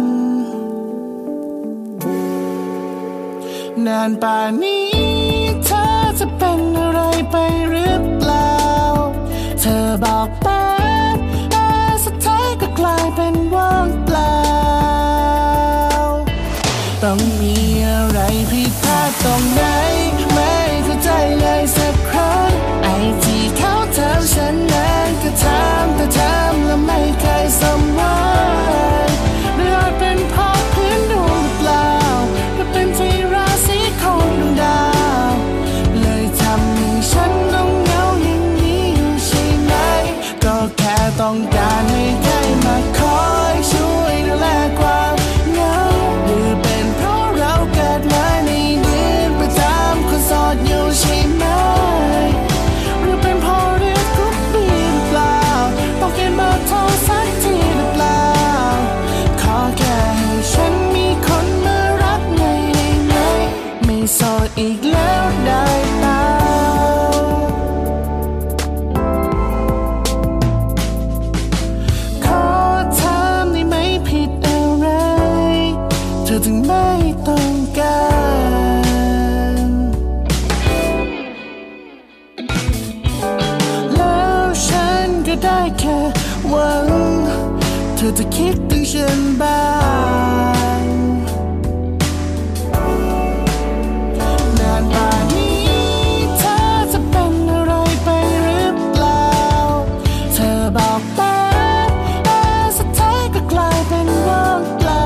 นานป่านนี้เธอจะเป็นอะไรไปหรือเปล่าเธอบอกไปกลายเป็นว่างเปล่าต้องมีอะไรผิดพลาดตรงไหนไม่เข้าใจเลยสักครั้งไอ้ที่เขาทำฉันนั้นก็ทำแต่ทำแล้วไม่เคยสมหวังหรืออาจเป็นเพราะพื้นดวงเปล่าหรือเป็นที่ราศีของดวงดาวเลยทำให้ฉันต้องเหงาอย่างนี้อยู่ใช่ไหมก็แค่ต้องการให้มาคอยช่วยดูแลความเหงาหรือเป็นเพราะเราเกิดมาในเดือนประจำคนโสดอยู่ใช่ไหมหรือเป็นเพราะเรียกทุกปีหรือเปล่าต้องเกณฑ์มาโทรสักทีหรือเปล่าขอแค่ให้ฉันมีคนมารักในได้ไหมไม่โสดอีกแล้วได้เปล่าถึงไม่ต้องการแล้วฉันก็ได้แค่หวังเธอจะคิดถึงฉันบ้างนานป่านนี้เธอจะเป็นอะไรไปหรือเปล่าเธอบอกไปแต่สุดท้ายก็กลายเป็นว่างเปล่า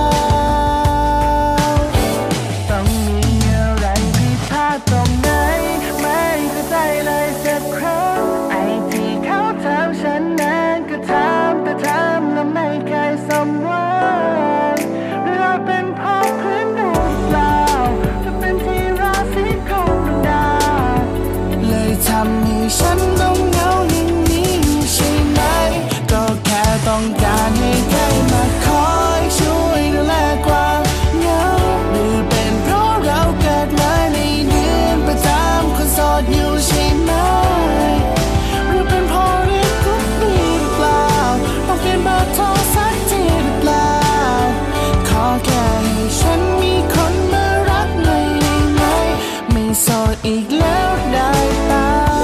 ตรงไหนไม่เข้าใจเลยสักครั้งไอ้ที่เขาทำฉันนั้นก็ทำแต่ทำแล้วไม่เคยสมหวังหรืออาจเป็นเพราะพื้นดวงเปล่าจะเป็นที่ราศีของดวงดาวเลยทำให้ฉันต้องเหงาอย่างนี้ใช่ไหมก็แค่ต้องการให้ใครมาคอยช่วยดูแลความเหงาหรือเป็นเพราะเราเกิดมาในประจำคนโสดอยู่ใช่ไหมหรือเป็นเพราะเรียกทุกปีหรือเปล่าต้องเปลี่ยนเบอร์โทรสักทีหรือเปล่าขอแค่ให้ฉันมีคนมารักในได้ไหมไม่โสดอีกแล้วได้เปล่า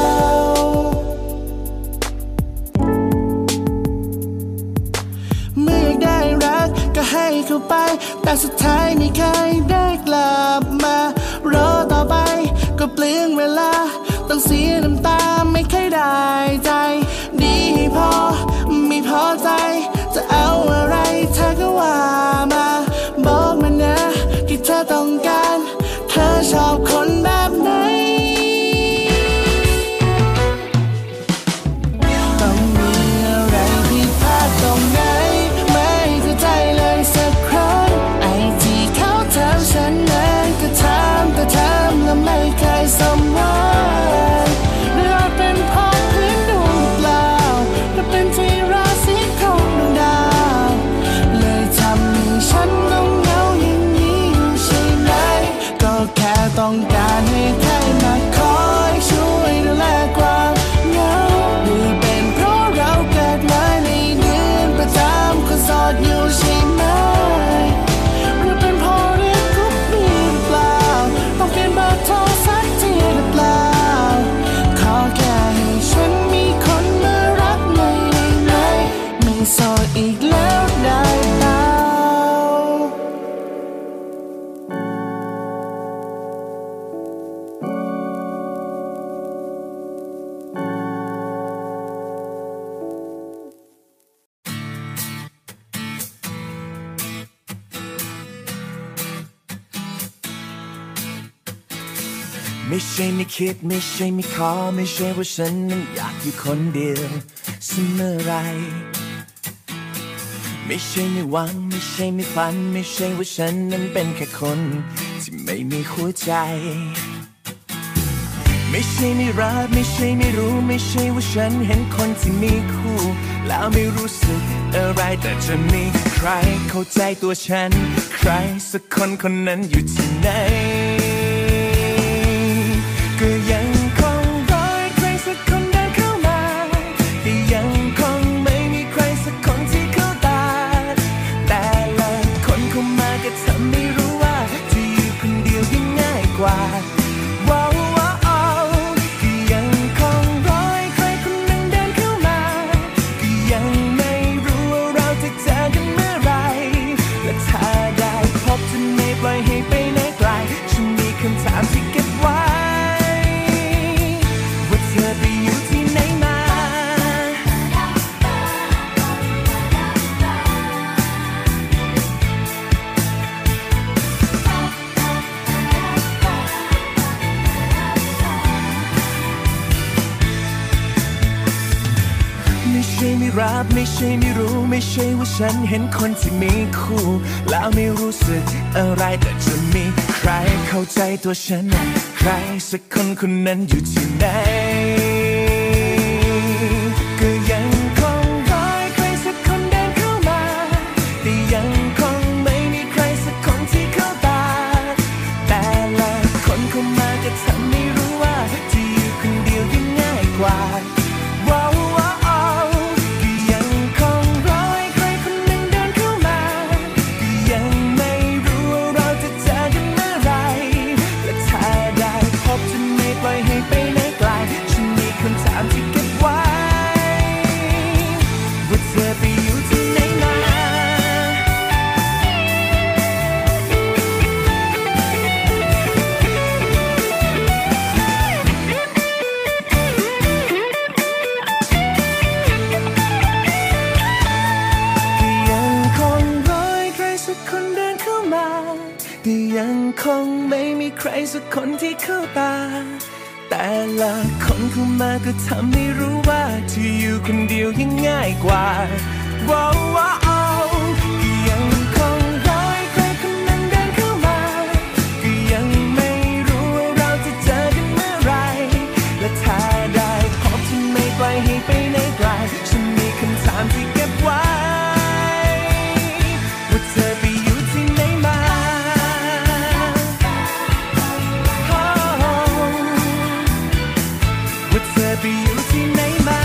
เมื่อได้รักก็ให้เข้าไปแต่สุดท้ายไม่เคยได้กลับมารอต่อไปก็เปลืองเวลาต้องเสียน้ำตาไม่เคยได้ใจดีพอไม่พอใจจะเอาอะไรเธอก็ว่ามาบอกมานะที่เธอต้องการเธอชอบคนแบบไหนต้องมีอะไรผิดพลาดตรงไหนไม่เข้าใจเลยสักครั้งไอ้ที่เขาทำฉันนั้นก็ทำแต่ทำแล้วไม่เคยสมหวังหรืออาจเป็นไม่ใช่ไม่คิดไม่ใช่ไม่ขอไม่ใช่ว่าฉันนั้นอยากอยู่คนเดียวเสมอไรไม่ใช่ไม่หวังไม่ใช่ไม่ฝันไม่ใช่ว่าฉันนั้นเป็นแค่คนที่ไม่มีหัวใจไม่ใช่ไม่รักไม่ใช่ไม่รู้ไม่ใช่ว่าฉันเห็นคนที่มีคู่แล้วไม่รู้สึกอะไรแต่จะมีใครเข้าใจตัวฉันใครสักคนคนนั้นอยู่ที่ไหนก็ยังคงรอใครสักคนเดินเข้ามาแต่ยังคงไม่มีใครสักคนที่เข้าตาแต่ละคนเข้ามาก็ทำให้รู้ว่าจะอยู่คนเดียวยังง่ายกว่าว้าวก็ยังคงรอใครคนนั้นเดินเข้ามาก็ยังไม่รู้ว่าเราจะเจอกันเมื่อไรและถ้าได้พบจะไม่ปล่อยให้ไปไหนไกลฉันมีคำถามที่เก็บไว้ว่าเธอไปอยู่ที่ไหนมาไม่ใช่ไม่รักไม่ใช่ไม่รู้ไม่ใช่ว่าฉันเห็นคนที่มีคู่แล้วไม่รู้สึกอะไรแต่จะมีใครเข้าใจตัวฉันใครสักคนคนนั้นอยู่ที่ไหนก็ยังคงรอใครสักคนเดินเข้ามาแต่ยังคงไม่มีใครสักคนที่เข้าตาแต่ละคนเข้ามาก็ทำให้รู้ว่าจะอยู่คนเดียวยังง่ายกว่าว้าวก็ยังคงรอใครคนนั้นเดินเข้ามาก็ยังไม่รู้ว่าเราจะเจอกันเมื่อไรและถ้าได้พบจะไม่ปล่อยให้ไปไหนไกลฉันมีคำถามที่เก็บไว้ว่าเธอไปอยู่ที่ไหนมาแต่ยังคงไม่มีใครสักคนที่เข้าตาแต่ละคนเข้ามาก็ทำให้รู้ว่าจะอยู่คนเดียวยังง่ายกว่าว้าวว้าวก็ยังคงรอใครคนนั้นเดินเข้ามาก็ยังไม่รู้ว่าเราจะเจอกันเมื่อไรและถ้าได้พบจะไม่ปล่อยให้ไปไหนไกลฉันมีคำถามที่เก็บไว้ว่าเธอไปอยู่ที่ไหนมาว่าเธอไปอยู่ที่ไหนมา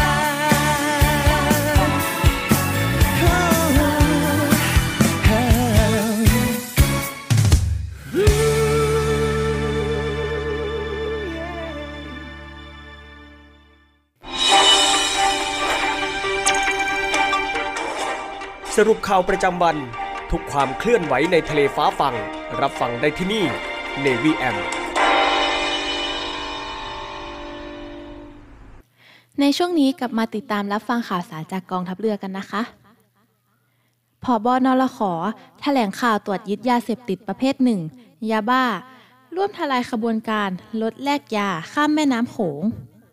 สรุปข่าวประจำวันทุกความเคลื่อนไหวในทะเลฟ้าฟังรับฟังได้ที่นี่ Navy เอ เอ็มในช่วงนี้กลับมาติดตามรับฟังข่าวสารจากกองทัพเรือกันนะคะผบ.นรข.แถลงข่าวตรวจยึดยาเสพติดประเภทหนึ่งยาบ้าร่วมทลายขบวนการลดแลกยาข้ามแม่น้ำโขง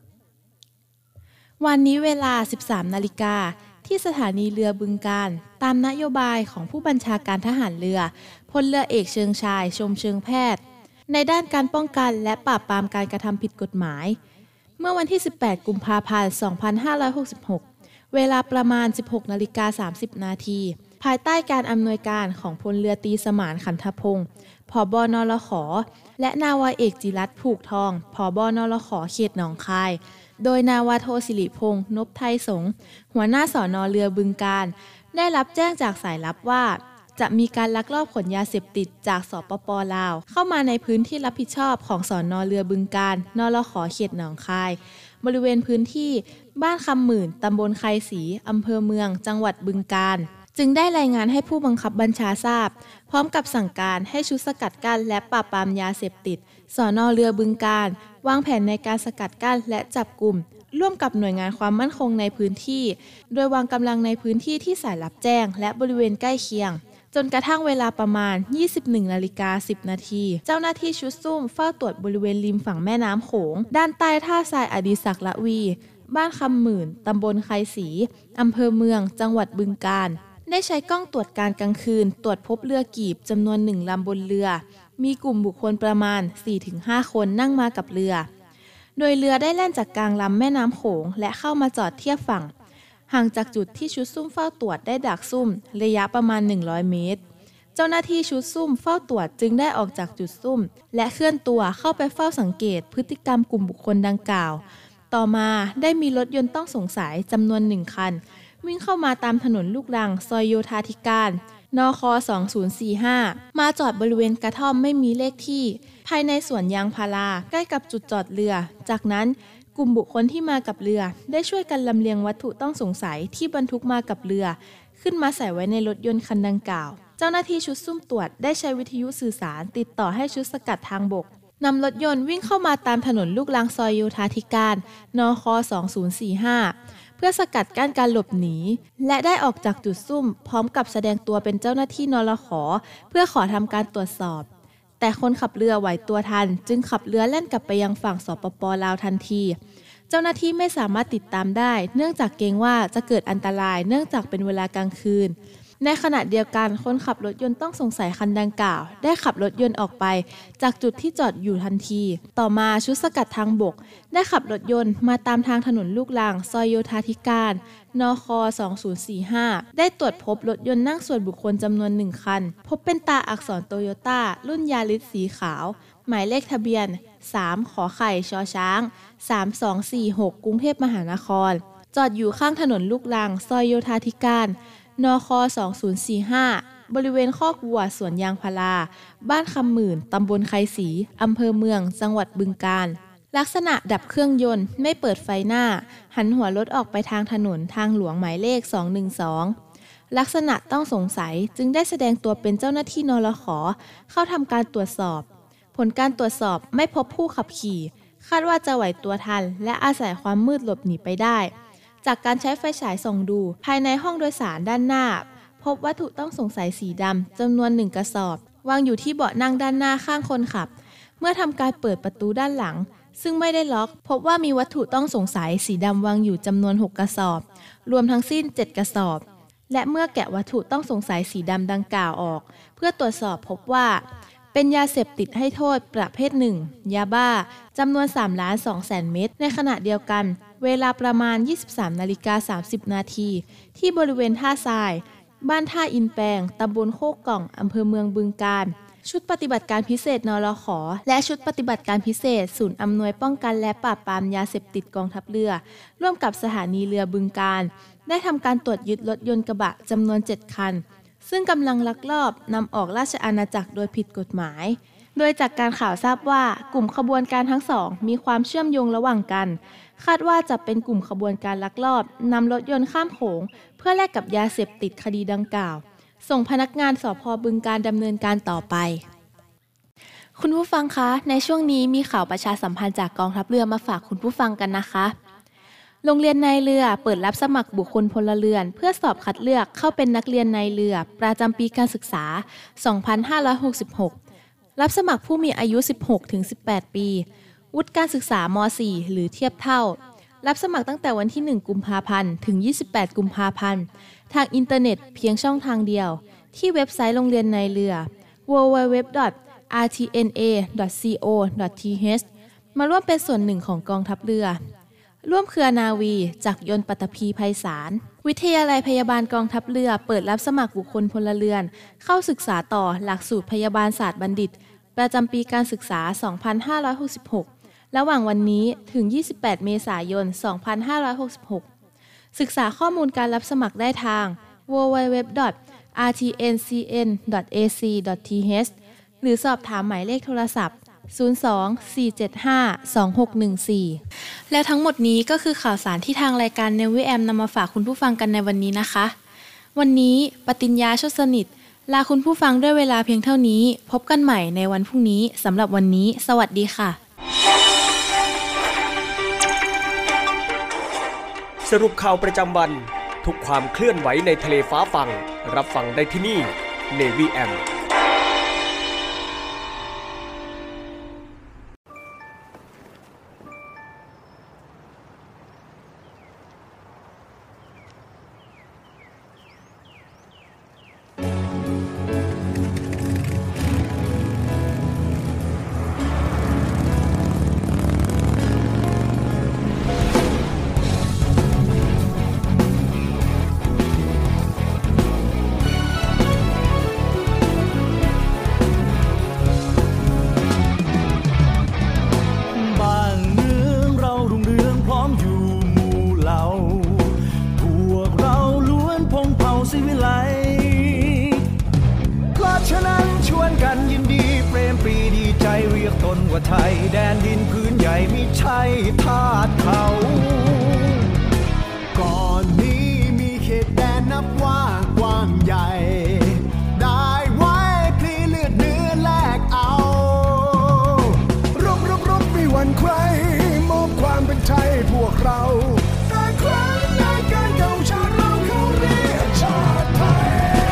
วันนี้เวลา สิบสามนาฬิกาที่สถานีเรือบึงกาฬตามนโยบายของผู้บัญชาการทหารเรือพลเรือเอกเชิงชายชมเชิงแพทย์ในด้านการป้องกันและปราบปรามการกระทำผิดกฎหมายเมื่อวันที่สิบแปดกุมภาพันธ์สองพันห้าร้อยหกสิบหกเวลาประมาณ สิบหกนาฬิกาสามสิบนาทีภายใต้การอำนวยการของพลเรือตรีสมานขันธพงศ์ผบ.นรข.และนาวาเอกจิรัตน์ผูกทองผบ.นรข.เขตหนองคายโดยนาวาโทสิริพงษ์นพไทยสงฆ์หัวหน้าสน.เรือบึงกาฬได้รับแจ้งจากสายลับว่าจะมีการลักลอบขนยาเสพติดจากสปป.ลาวเข้ามาในพื้นที่รับผิดชอบของสน.เรือบึงกาฬนรข.เขตหนองคายบริเวณพื้นที่บ้านคำหมื่นตำบลไคศรีอำเภอเมืองจังหวัดบึงกาฬจึงได้รายงานให้ผู้บังคับบัญชาทราบพร้อมกับสั่งการให้ชุดสกัดกั้นและปราบปรามยาเสพติดสน.เรือบึงกาฬวางแผนในการสกัดกั้นและจับกุมร่วมกับหน่วยงานความมั่นคงในพื้นที่โดยวางกำลังในพื้นที่ที่สายรับแจ้งและบริเวณใกล้เคียงจนกระทั่งเวลาประมาณ ยี่สิบเอ็ดนาฬิกาสิบนาที เจ้าหน้าที่ชุดซุ่มเฝ้าตรวจบริเวณริมฝั่งแม่น้ำโขงด้านใต้ท่าทรายอดิศักดิ์ละวีบ้านคำหมื่นตำบลไคศรีอำเภอเมืองจังหวัดบึงกาฬได้ใช้กล้องตรวจการกลางคืนตรวจพบเรือกีบจำนวนหนึ่งลำบนเรือมีกลุ่มบุคคลประมาณ สี่ถึงห้า คนนั่งมากับเรือโดยเรือได้แล่นจากกลางลำแม่น้ำโขงและเข้ามาจอดเทียบฝั่งห่างจากจุดที่ชุดซุ่มเฝ้าตรวจได้ดักซุ่มระยะประมาณหนึ่งร้อยเมตรเจ้าหน้าที่ชุดซุ่มเฝ้าตรวจจึงได้ออกจากจุดซุ่มและเคลื่อนตัวเข้าไปเฝ้าสังเกตพฤติกรรมกลุ่มบุคคลดังกล่าวต่อมาได้มีรถยนต์ต้องสงสัยจำนวนหนึ่งคันวิ่งเข้ามาตามถนนลูกรังซอยโยธาธิการนคสองศูนย์สี่ห้ามาจอดบริเวณกระท่อมไม่มีเลขที่ภายในสวนยางพาราใกล้กับจุดจอดเรือจากนั้นกลุ่มบุคคลที่มากับเรือได้ช่วยกันลำเลียงวัตถุต้องสงสัยที่บรรทุกมากับเรือขึ้นมาใส่ไว้ในรถยนต์คันดังกล่าวเจ้าหน้าที่ชุดซุ่มตรวจได้ใช้วิทยุสื่อสารติดต่อให้ชุดสกัดทางบกนำรถยนต์วิ่งเข้ามาตามถนนลูกรังซอยโยธาธิการนคสองศูนย์สี่ห้าเพื่อสกัดกั้นการหลบหนีและได้ออกจากจุดซุ่มพร้อมกับแสดงตัวเป็นเจ้าหน้าที่นรข.เพื่อขอทำการตรวจสอบแต่คนขับเรือไหวตัวทันจึงขับเรือแล่นกลับไปยังฝั่งสปป.ลาวทันทีเจ้าหน้าที่ไม่สามารถติดตามได้เนื่องจากเกรงว่าจะเกิดอันตรายเนื่องจากเป็นเวลากลางคืนในขณะเดียวกันคนขับรถยนต์ต้องสงสัยคันดังกล่าวได้ขับรถยนต์ออกไปจากจุดที่จอดอยู่ทันทีต่อมาชุดสกัดทางบกได้ขับรถยนต์มาตามทางถนนลูกรังซอยโยธาธิการนคสองศูนย์สี่ห้าได้ตรวจพบรถยนต์นั่งส่วนบุคคลจำนวนหนึ่งคันพบเป็นตาอักษรโตโยต้ารุ่นยาริสสีขาวหมายเลขทะเบียนสามขอไข่ชอช้างสามสองสี่หกกรุงเทพมหานครจอดอยู่ข้างถนนลูกรังซอยโยธาธิการนคสองศูนย์สี่ห้าบริเวณคอกวัวสวนยางพาราบ้านคำหมื่นตำบลไคศรีอำเภอเมืองจังหวัดบึงกาฬลักษณะดับเครื่องยนต์ไม่เปิดไฟหน้าหันหัวรถออกไปทางถนนทางหลวงหมายเลขสองหนึ่งสองลักษณะต้องสงสัยจึงได้แสดงตัวเป็นเจ้าหน้าที่นรข.เข้าทำการตรวจสอบผลการตรวจสอบไม่พบผู้ขับขี่คาดว่าจะไหวตัวทันและอาศัยความมืดหลบหนีไปได้จากการใช้ไฟฉายส่องดูภายในห้องโดยสารด้านหน้าพบวัตถุต้องสงสัยสีดำจำนวนหนึ่งกระสอบวางอยู่ที่เบาะนั่งด้านหน้าข้างคนขับเมื่อทำการเปิดประตูด้านหลังซึ่งไม่ได้ล็อกพบว่ามีวัตถุต้องสงสัยสีดำวางอยู่จำนวนหกกระสอบรวมทั้งสิ้นเจ็ดกระสอบและเมื่อแกะวัตถุต้องสงสัยสีดำดังกล่าวออกเพื่อตรวจสอบพบว่าเป็นยาเสพติดให้โทษประเภทหนึ่งยาบ้าจำนวนสามล้านสองแสนเม็ดในขณะเดียวกันเวลาประมาณ ยี่สิบสามนาฬิกาสามสิบนาทีที่บริเวณท่าทรายบ้านท่าอินแปงตำบลโคกกล่องอำเภอเมืองบึงกาฬชุดปฏิบัติการพิเศษนรข.และชุดปฏิบัติการพิเศษศูนย์อำนวยป้องกันและปราบปรามยาเสพติดกองทัพเรือร่วมกับสถานีเรือบึงกาฬได้ทำการตรวจยึดรถยนต์กระบะจำนวนเจ็ดคันซึ่งกำลังลักลอบนำออกราชอาณาจักรโดยผิดกฎหมายโดยจากการข่าวทราบว่ากลุ่มขบวนการทั้งสองมีความเชื่อมโยงระหว่างกันคาดว่าจะเป็นกลุ่มขบวนการลักลอบนำรถยนต์ข้ามโขงเพื่อแลกกับยาเสพติดคดีดังกล่าวส่งพนักงานสภ.บึงกาฬดำเนินการต่อไปคุณผู้ฟังคะในช่วงนี้มีข่าวประชาสัมพันธ์จากกองทัพเรือมาฝากคุณผู้ฟังกันนะคะโรงเรียนนายเรือเปิดรับสมัครบุคคลพลเรือนเพื่อสอบคัดเลือกเข้าเป็นนักเรียนนายเรือประจำปีการศึกษาสองพันห้าร้อยหกสิบหกรับสมัครผู้มีอายุ สิบหกถึงสิบแปด ปีวุฒิการศึกษาม สี่ หรือเทียบเท่ารับสมัครตั้งแต่วันที่หนึ่งกุมภาพันธ์ถึงยี่สิบแปดกุมภาพันธ์ทางอินเทอร์เน็ตเพียงช่องทางเดียวที่เว็บไซต์โรงเรียนนายเรือ ดับเบิลยู ดับเบิลยู ดับเบิลยู ดอท อาร์ ที เอ็น เอ ดอท ซี โอ ดอท ที เอช มาร่วมเป็นส่วนหนึ่งของกองทัพเรือร่วมเครือนาวีจักรยนต์ปัตภีไพศาลวิทยาลัยพยาบาลกองทัพเรือเปิดรับสมัครบุคคลพลเรือนเข้าศึกษาต่อหลักสูตรพยาบาลศาสตร์บัณฑิตประจำปีการศึกษาสองพันห้าร้อยหกสิบหกระหว่างวันนี้ถึงยี่สิบแปดเมษายนสองพันห้าร้อยหกสิบหกศึกษาข้อมูลการรับสมัครได้ทาง ดับเบิลยู ดับเบิลยู ดับเบิลยู ดอท อาร์ ที เอ็น ซี เอ็น ดอท เอ ซี ดอท ที เอช หรือสอบถามหมายเลขโทรศัพท์ศูนย์ สอง สี่ เจ็ด ห้า สอง หก หนึ่ง สี่และทั้งหมดนี้ก็คือข่าวสารที่ทางรายการ Navy แอม นำมาฝากคุณผู้ฟังกันในวันนี้นะคะวันนี้ปติญญาโชติสนิทลาคุณผู้ฟังด้วยเวลาเพียงเท่านี้พบกันใหม่ในวันพรุ่งนี้สำหรับวันนี้สวัสดีค่ะสรุปข่าวประจำวันทุกความเคลื่อนไหวในทะเลฟ้าฟังรับฟังได้ที่นี่ Navy เอ เอ็มไทยแดนดินพื้นใหญ่มิใช่ทาสเขาก่อนนี้มีเขตแดนนับว่ากว้างใหญ่ได้ไว้พลีเลือดเนื้อแลกเอารบรบรบไม่หวั่นใครมอบความเป็นไทยพวกเราแต่ครั้งในการเก่าชาติเราเขาเรียกชาติไทย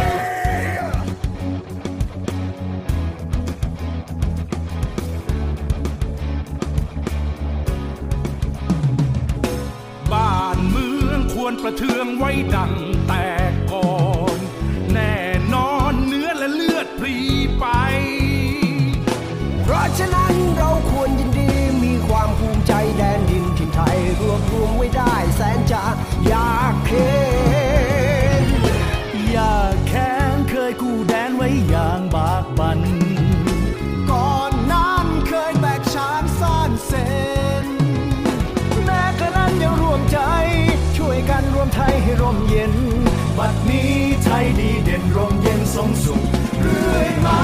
ประเทืองไว้ดังแต่ก่อนแน่นอนเนื้อและเลือดพลีไปเพราะฉะนั้นเราควรยินดีมีความภูมิใจแดนดินถิ่นไทยรวบรวมไว้ได้แสนจะอยากเค้นอยากแค้นเคยกู้แดนไว้อย่างบากบั่นก่อนนั้นเคยแบกชานซ่านเส้นแม้กระนั้นยังรวมใจช่วยกันรวมไทยให้ร่มเย็นบัดนี้ไทยดีเด่นร่มเย็นทรงสุขเรื่อยมา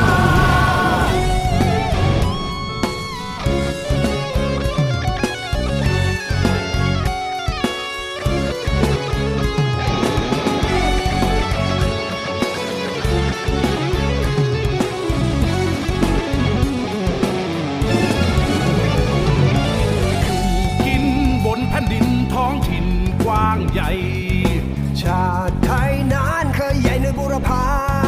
กินบนแผ่นดินท้องถิ่นกว้างใหญ่ชาติไทยนานเคยใหญ่ในบุรพา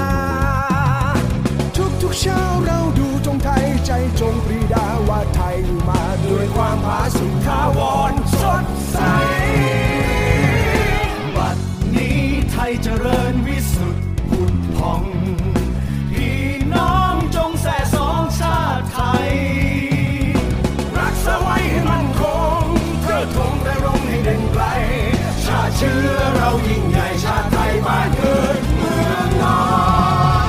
ทุกๆเช้าเราดูธงไทยใจจงปรีดาว่าไทยมาด้วยความผาสุกทาวรสดใสบัดนี้ไทยเจริญวิสุทธิ์ผุดผ่องพี่น้องจงแส่สองชาติไทยรักษาไว้ให้มั่นคงเพื่อธงแต่ร่มให้เด่นไกลชาติเชื้อเรายิ่งใหญ่ชาติไทยบ้านเกิดเมืองนอน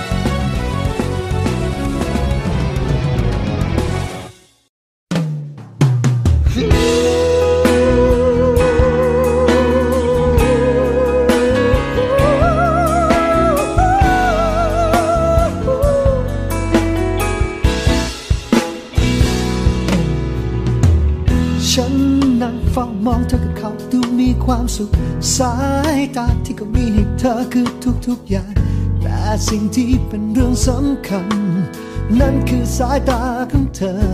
ฉันนั่งเฝ้ามองเธอกับเขาดูมีความสุขสายตาที่ก็มีให้เธอคือทุกๆอย่างแต่สิ่งที่เป็นเรื่องสำคัญนั่นคือสายตาของเธอ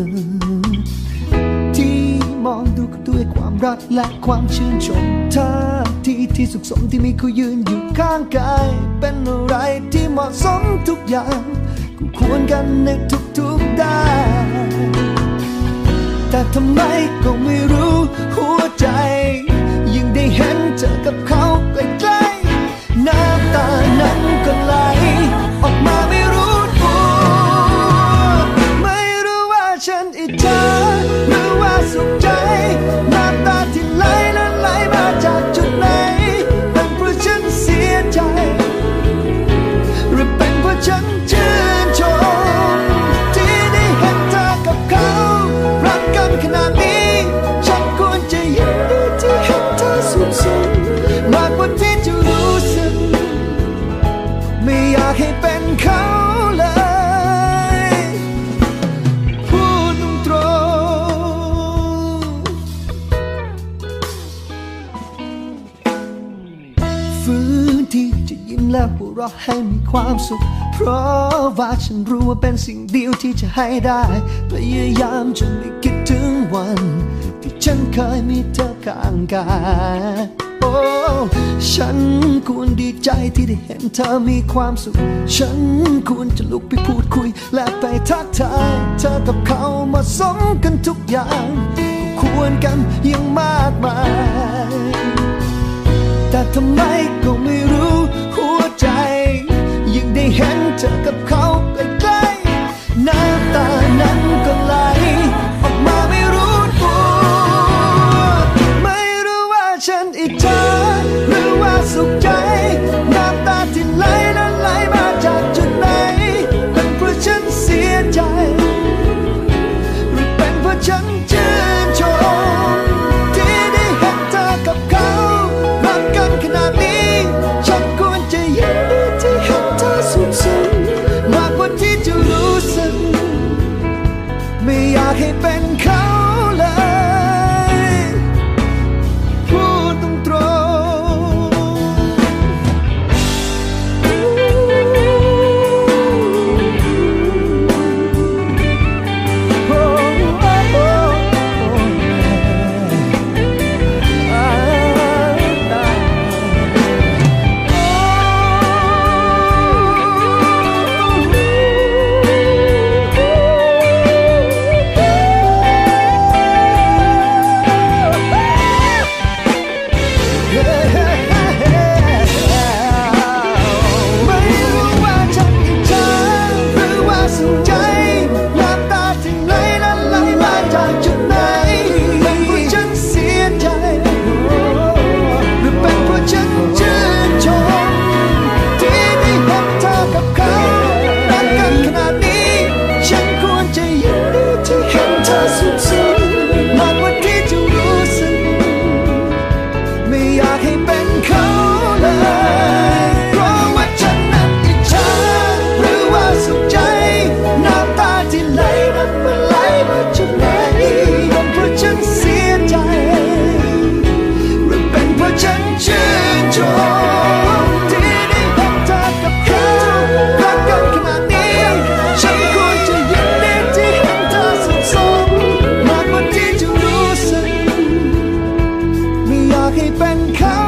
ที่มองดูเขาด้วยความรักและความชื่นชมท่าทีที่สุขสมที่มีเขายืนอยู่ข้างกายเป็นอะไรที่เหมาะสมทุกอย่างกูควรกันในทุกๆด้านแต่ทำไมก็ไม่รู้หัวใจยิ่งได้เห็นเจอกับเขาใกล้ๆน้ำตานั้นก็ไหลออกมาไม่รู้ตัวไม่รู้ว่าฉันอิจฉาหรือว่าสุขใจน้ำตาที่ไหลนั้นไหลมาจากจุดไหนเป็นเพราะฉันเสียใจหรือเป็นเพราะฉันชื่นชมที่ได้เห็นเธอกับเขารักกันขนาดนี้ฉันควรจะยินดีที่เห็นเธอสุขสมมากกว่าที่จะรู้สึกไม่อยากให้เป็นเขาเลยพูดตรงๆฟื้นที่จะยิ้มและหัวเราะให้มีความสุขเพราะว่าฉันรู้ว่าเป็นสิ่งเดียวที่จะให้ได้พยายามจนไม่คิดถึงวันที่ฉันเคยมีเธอข้างกายโอ้ฉฉันควรดีใจที่ได้เห็นเธอมีความสุขฉันควรจะลุกไปพูดคุยและไปทักทายเธอกับเขามาสมกันทุกอย่างก็ควรกันยังมากมายแต่ทำไมก็ไม่รู้หัวใจยิ่งได้เห็นเธอกับเขาใกล้ๆน้ำตานั้นก็ไหลออกมาไม่รู้ตัวไม่รู้ว่าฉันอิจฉาหรือว่าสุขใจน้ำตาที่ไหลนั้นไหลมาจากจุดไหนเป็นเพราะฉันเสียใจหรือเป็นเพราะฉันชื่นชมที่ได้เห็นเธอกับเขารักกันขนาดนี้ฉันควรจะยินดีที่เห็นเธอสุขสันต์มากกว่าที่จะรู้สึกไม่อยากให้เป็นเขาเลยพูดตรงๆโอ้โอ้โอ้อ่าอ่าไม่รู้ว่าฉันอิจฉาหรือว่าสุขใจน้ำตาที่ไหลนั้นไหลมาจากจุดไหนเป็นเพราะฉันเสียใจหรือเป็นเพราะฉันชื่นชมที่ได้เห็นเธอกับเขารักกันขนาดนี้ฉันควรจะยินดีที่เห็นเธอสุขสันต์มากกว่าที่จะรู้สึกไม่อยากให้เป็นเขาเลยเพราะว่าฉันนั้นอิจฉาหรือว่าสุขใจน้ำตาที่ไหลนั้นมันไหลมาจากไหนเป็นเพราะฉันเสียใจหรือเป็นเพราะฉันชื่นชมที่ได้เห็นเธอกับเขารักกันขนาดนี้ฉันควรจะยินดีที่เห็นเธอสุขสันต์มากกว่าที่จะรู้สึกไม่อยากให้เป็นเขา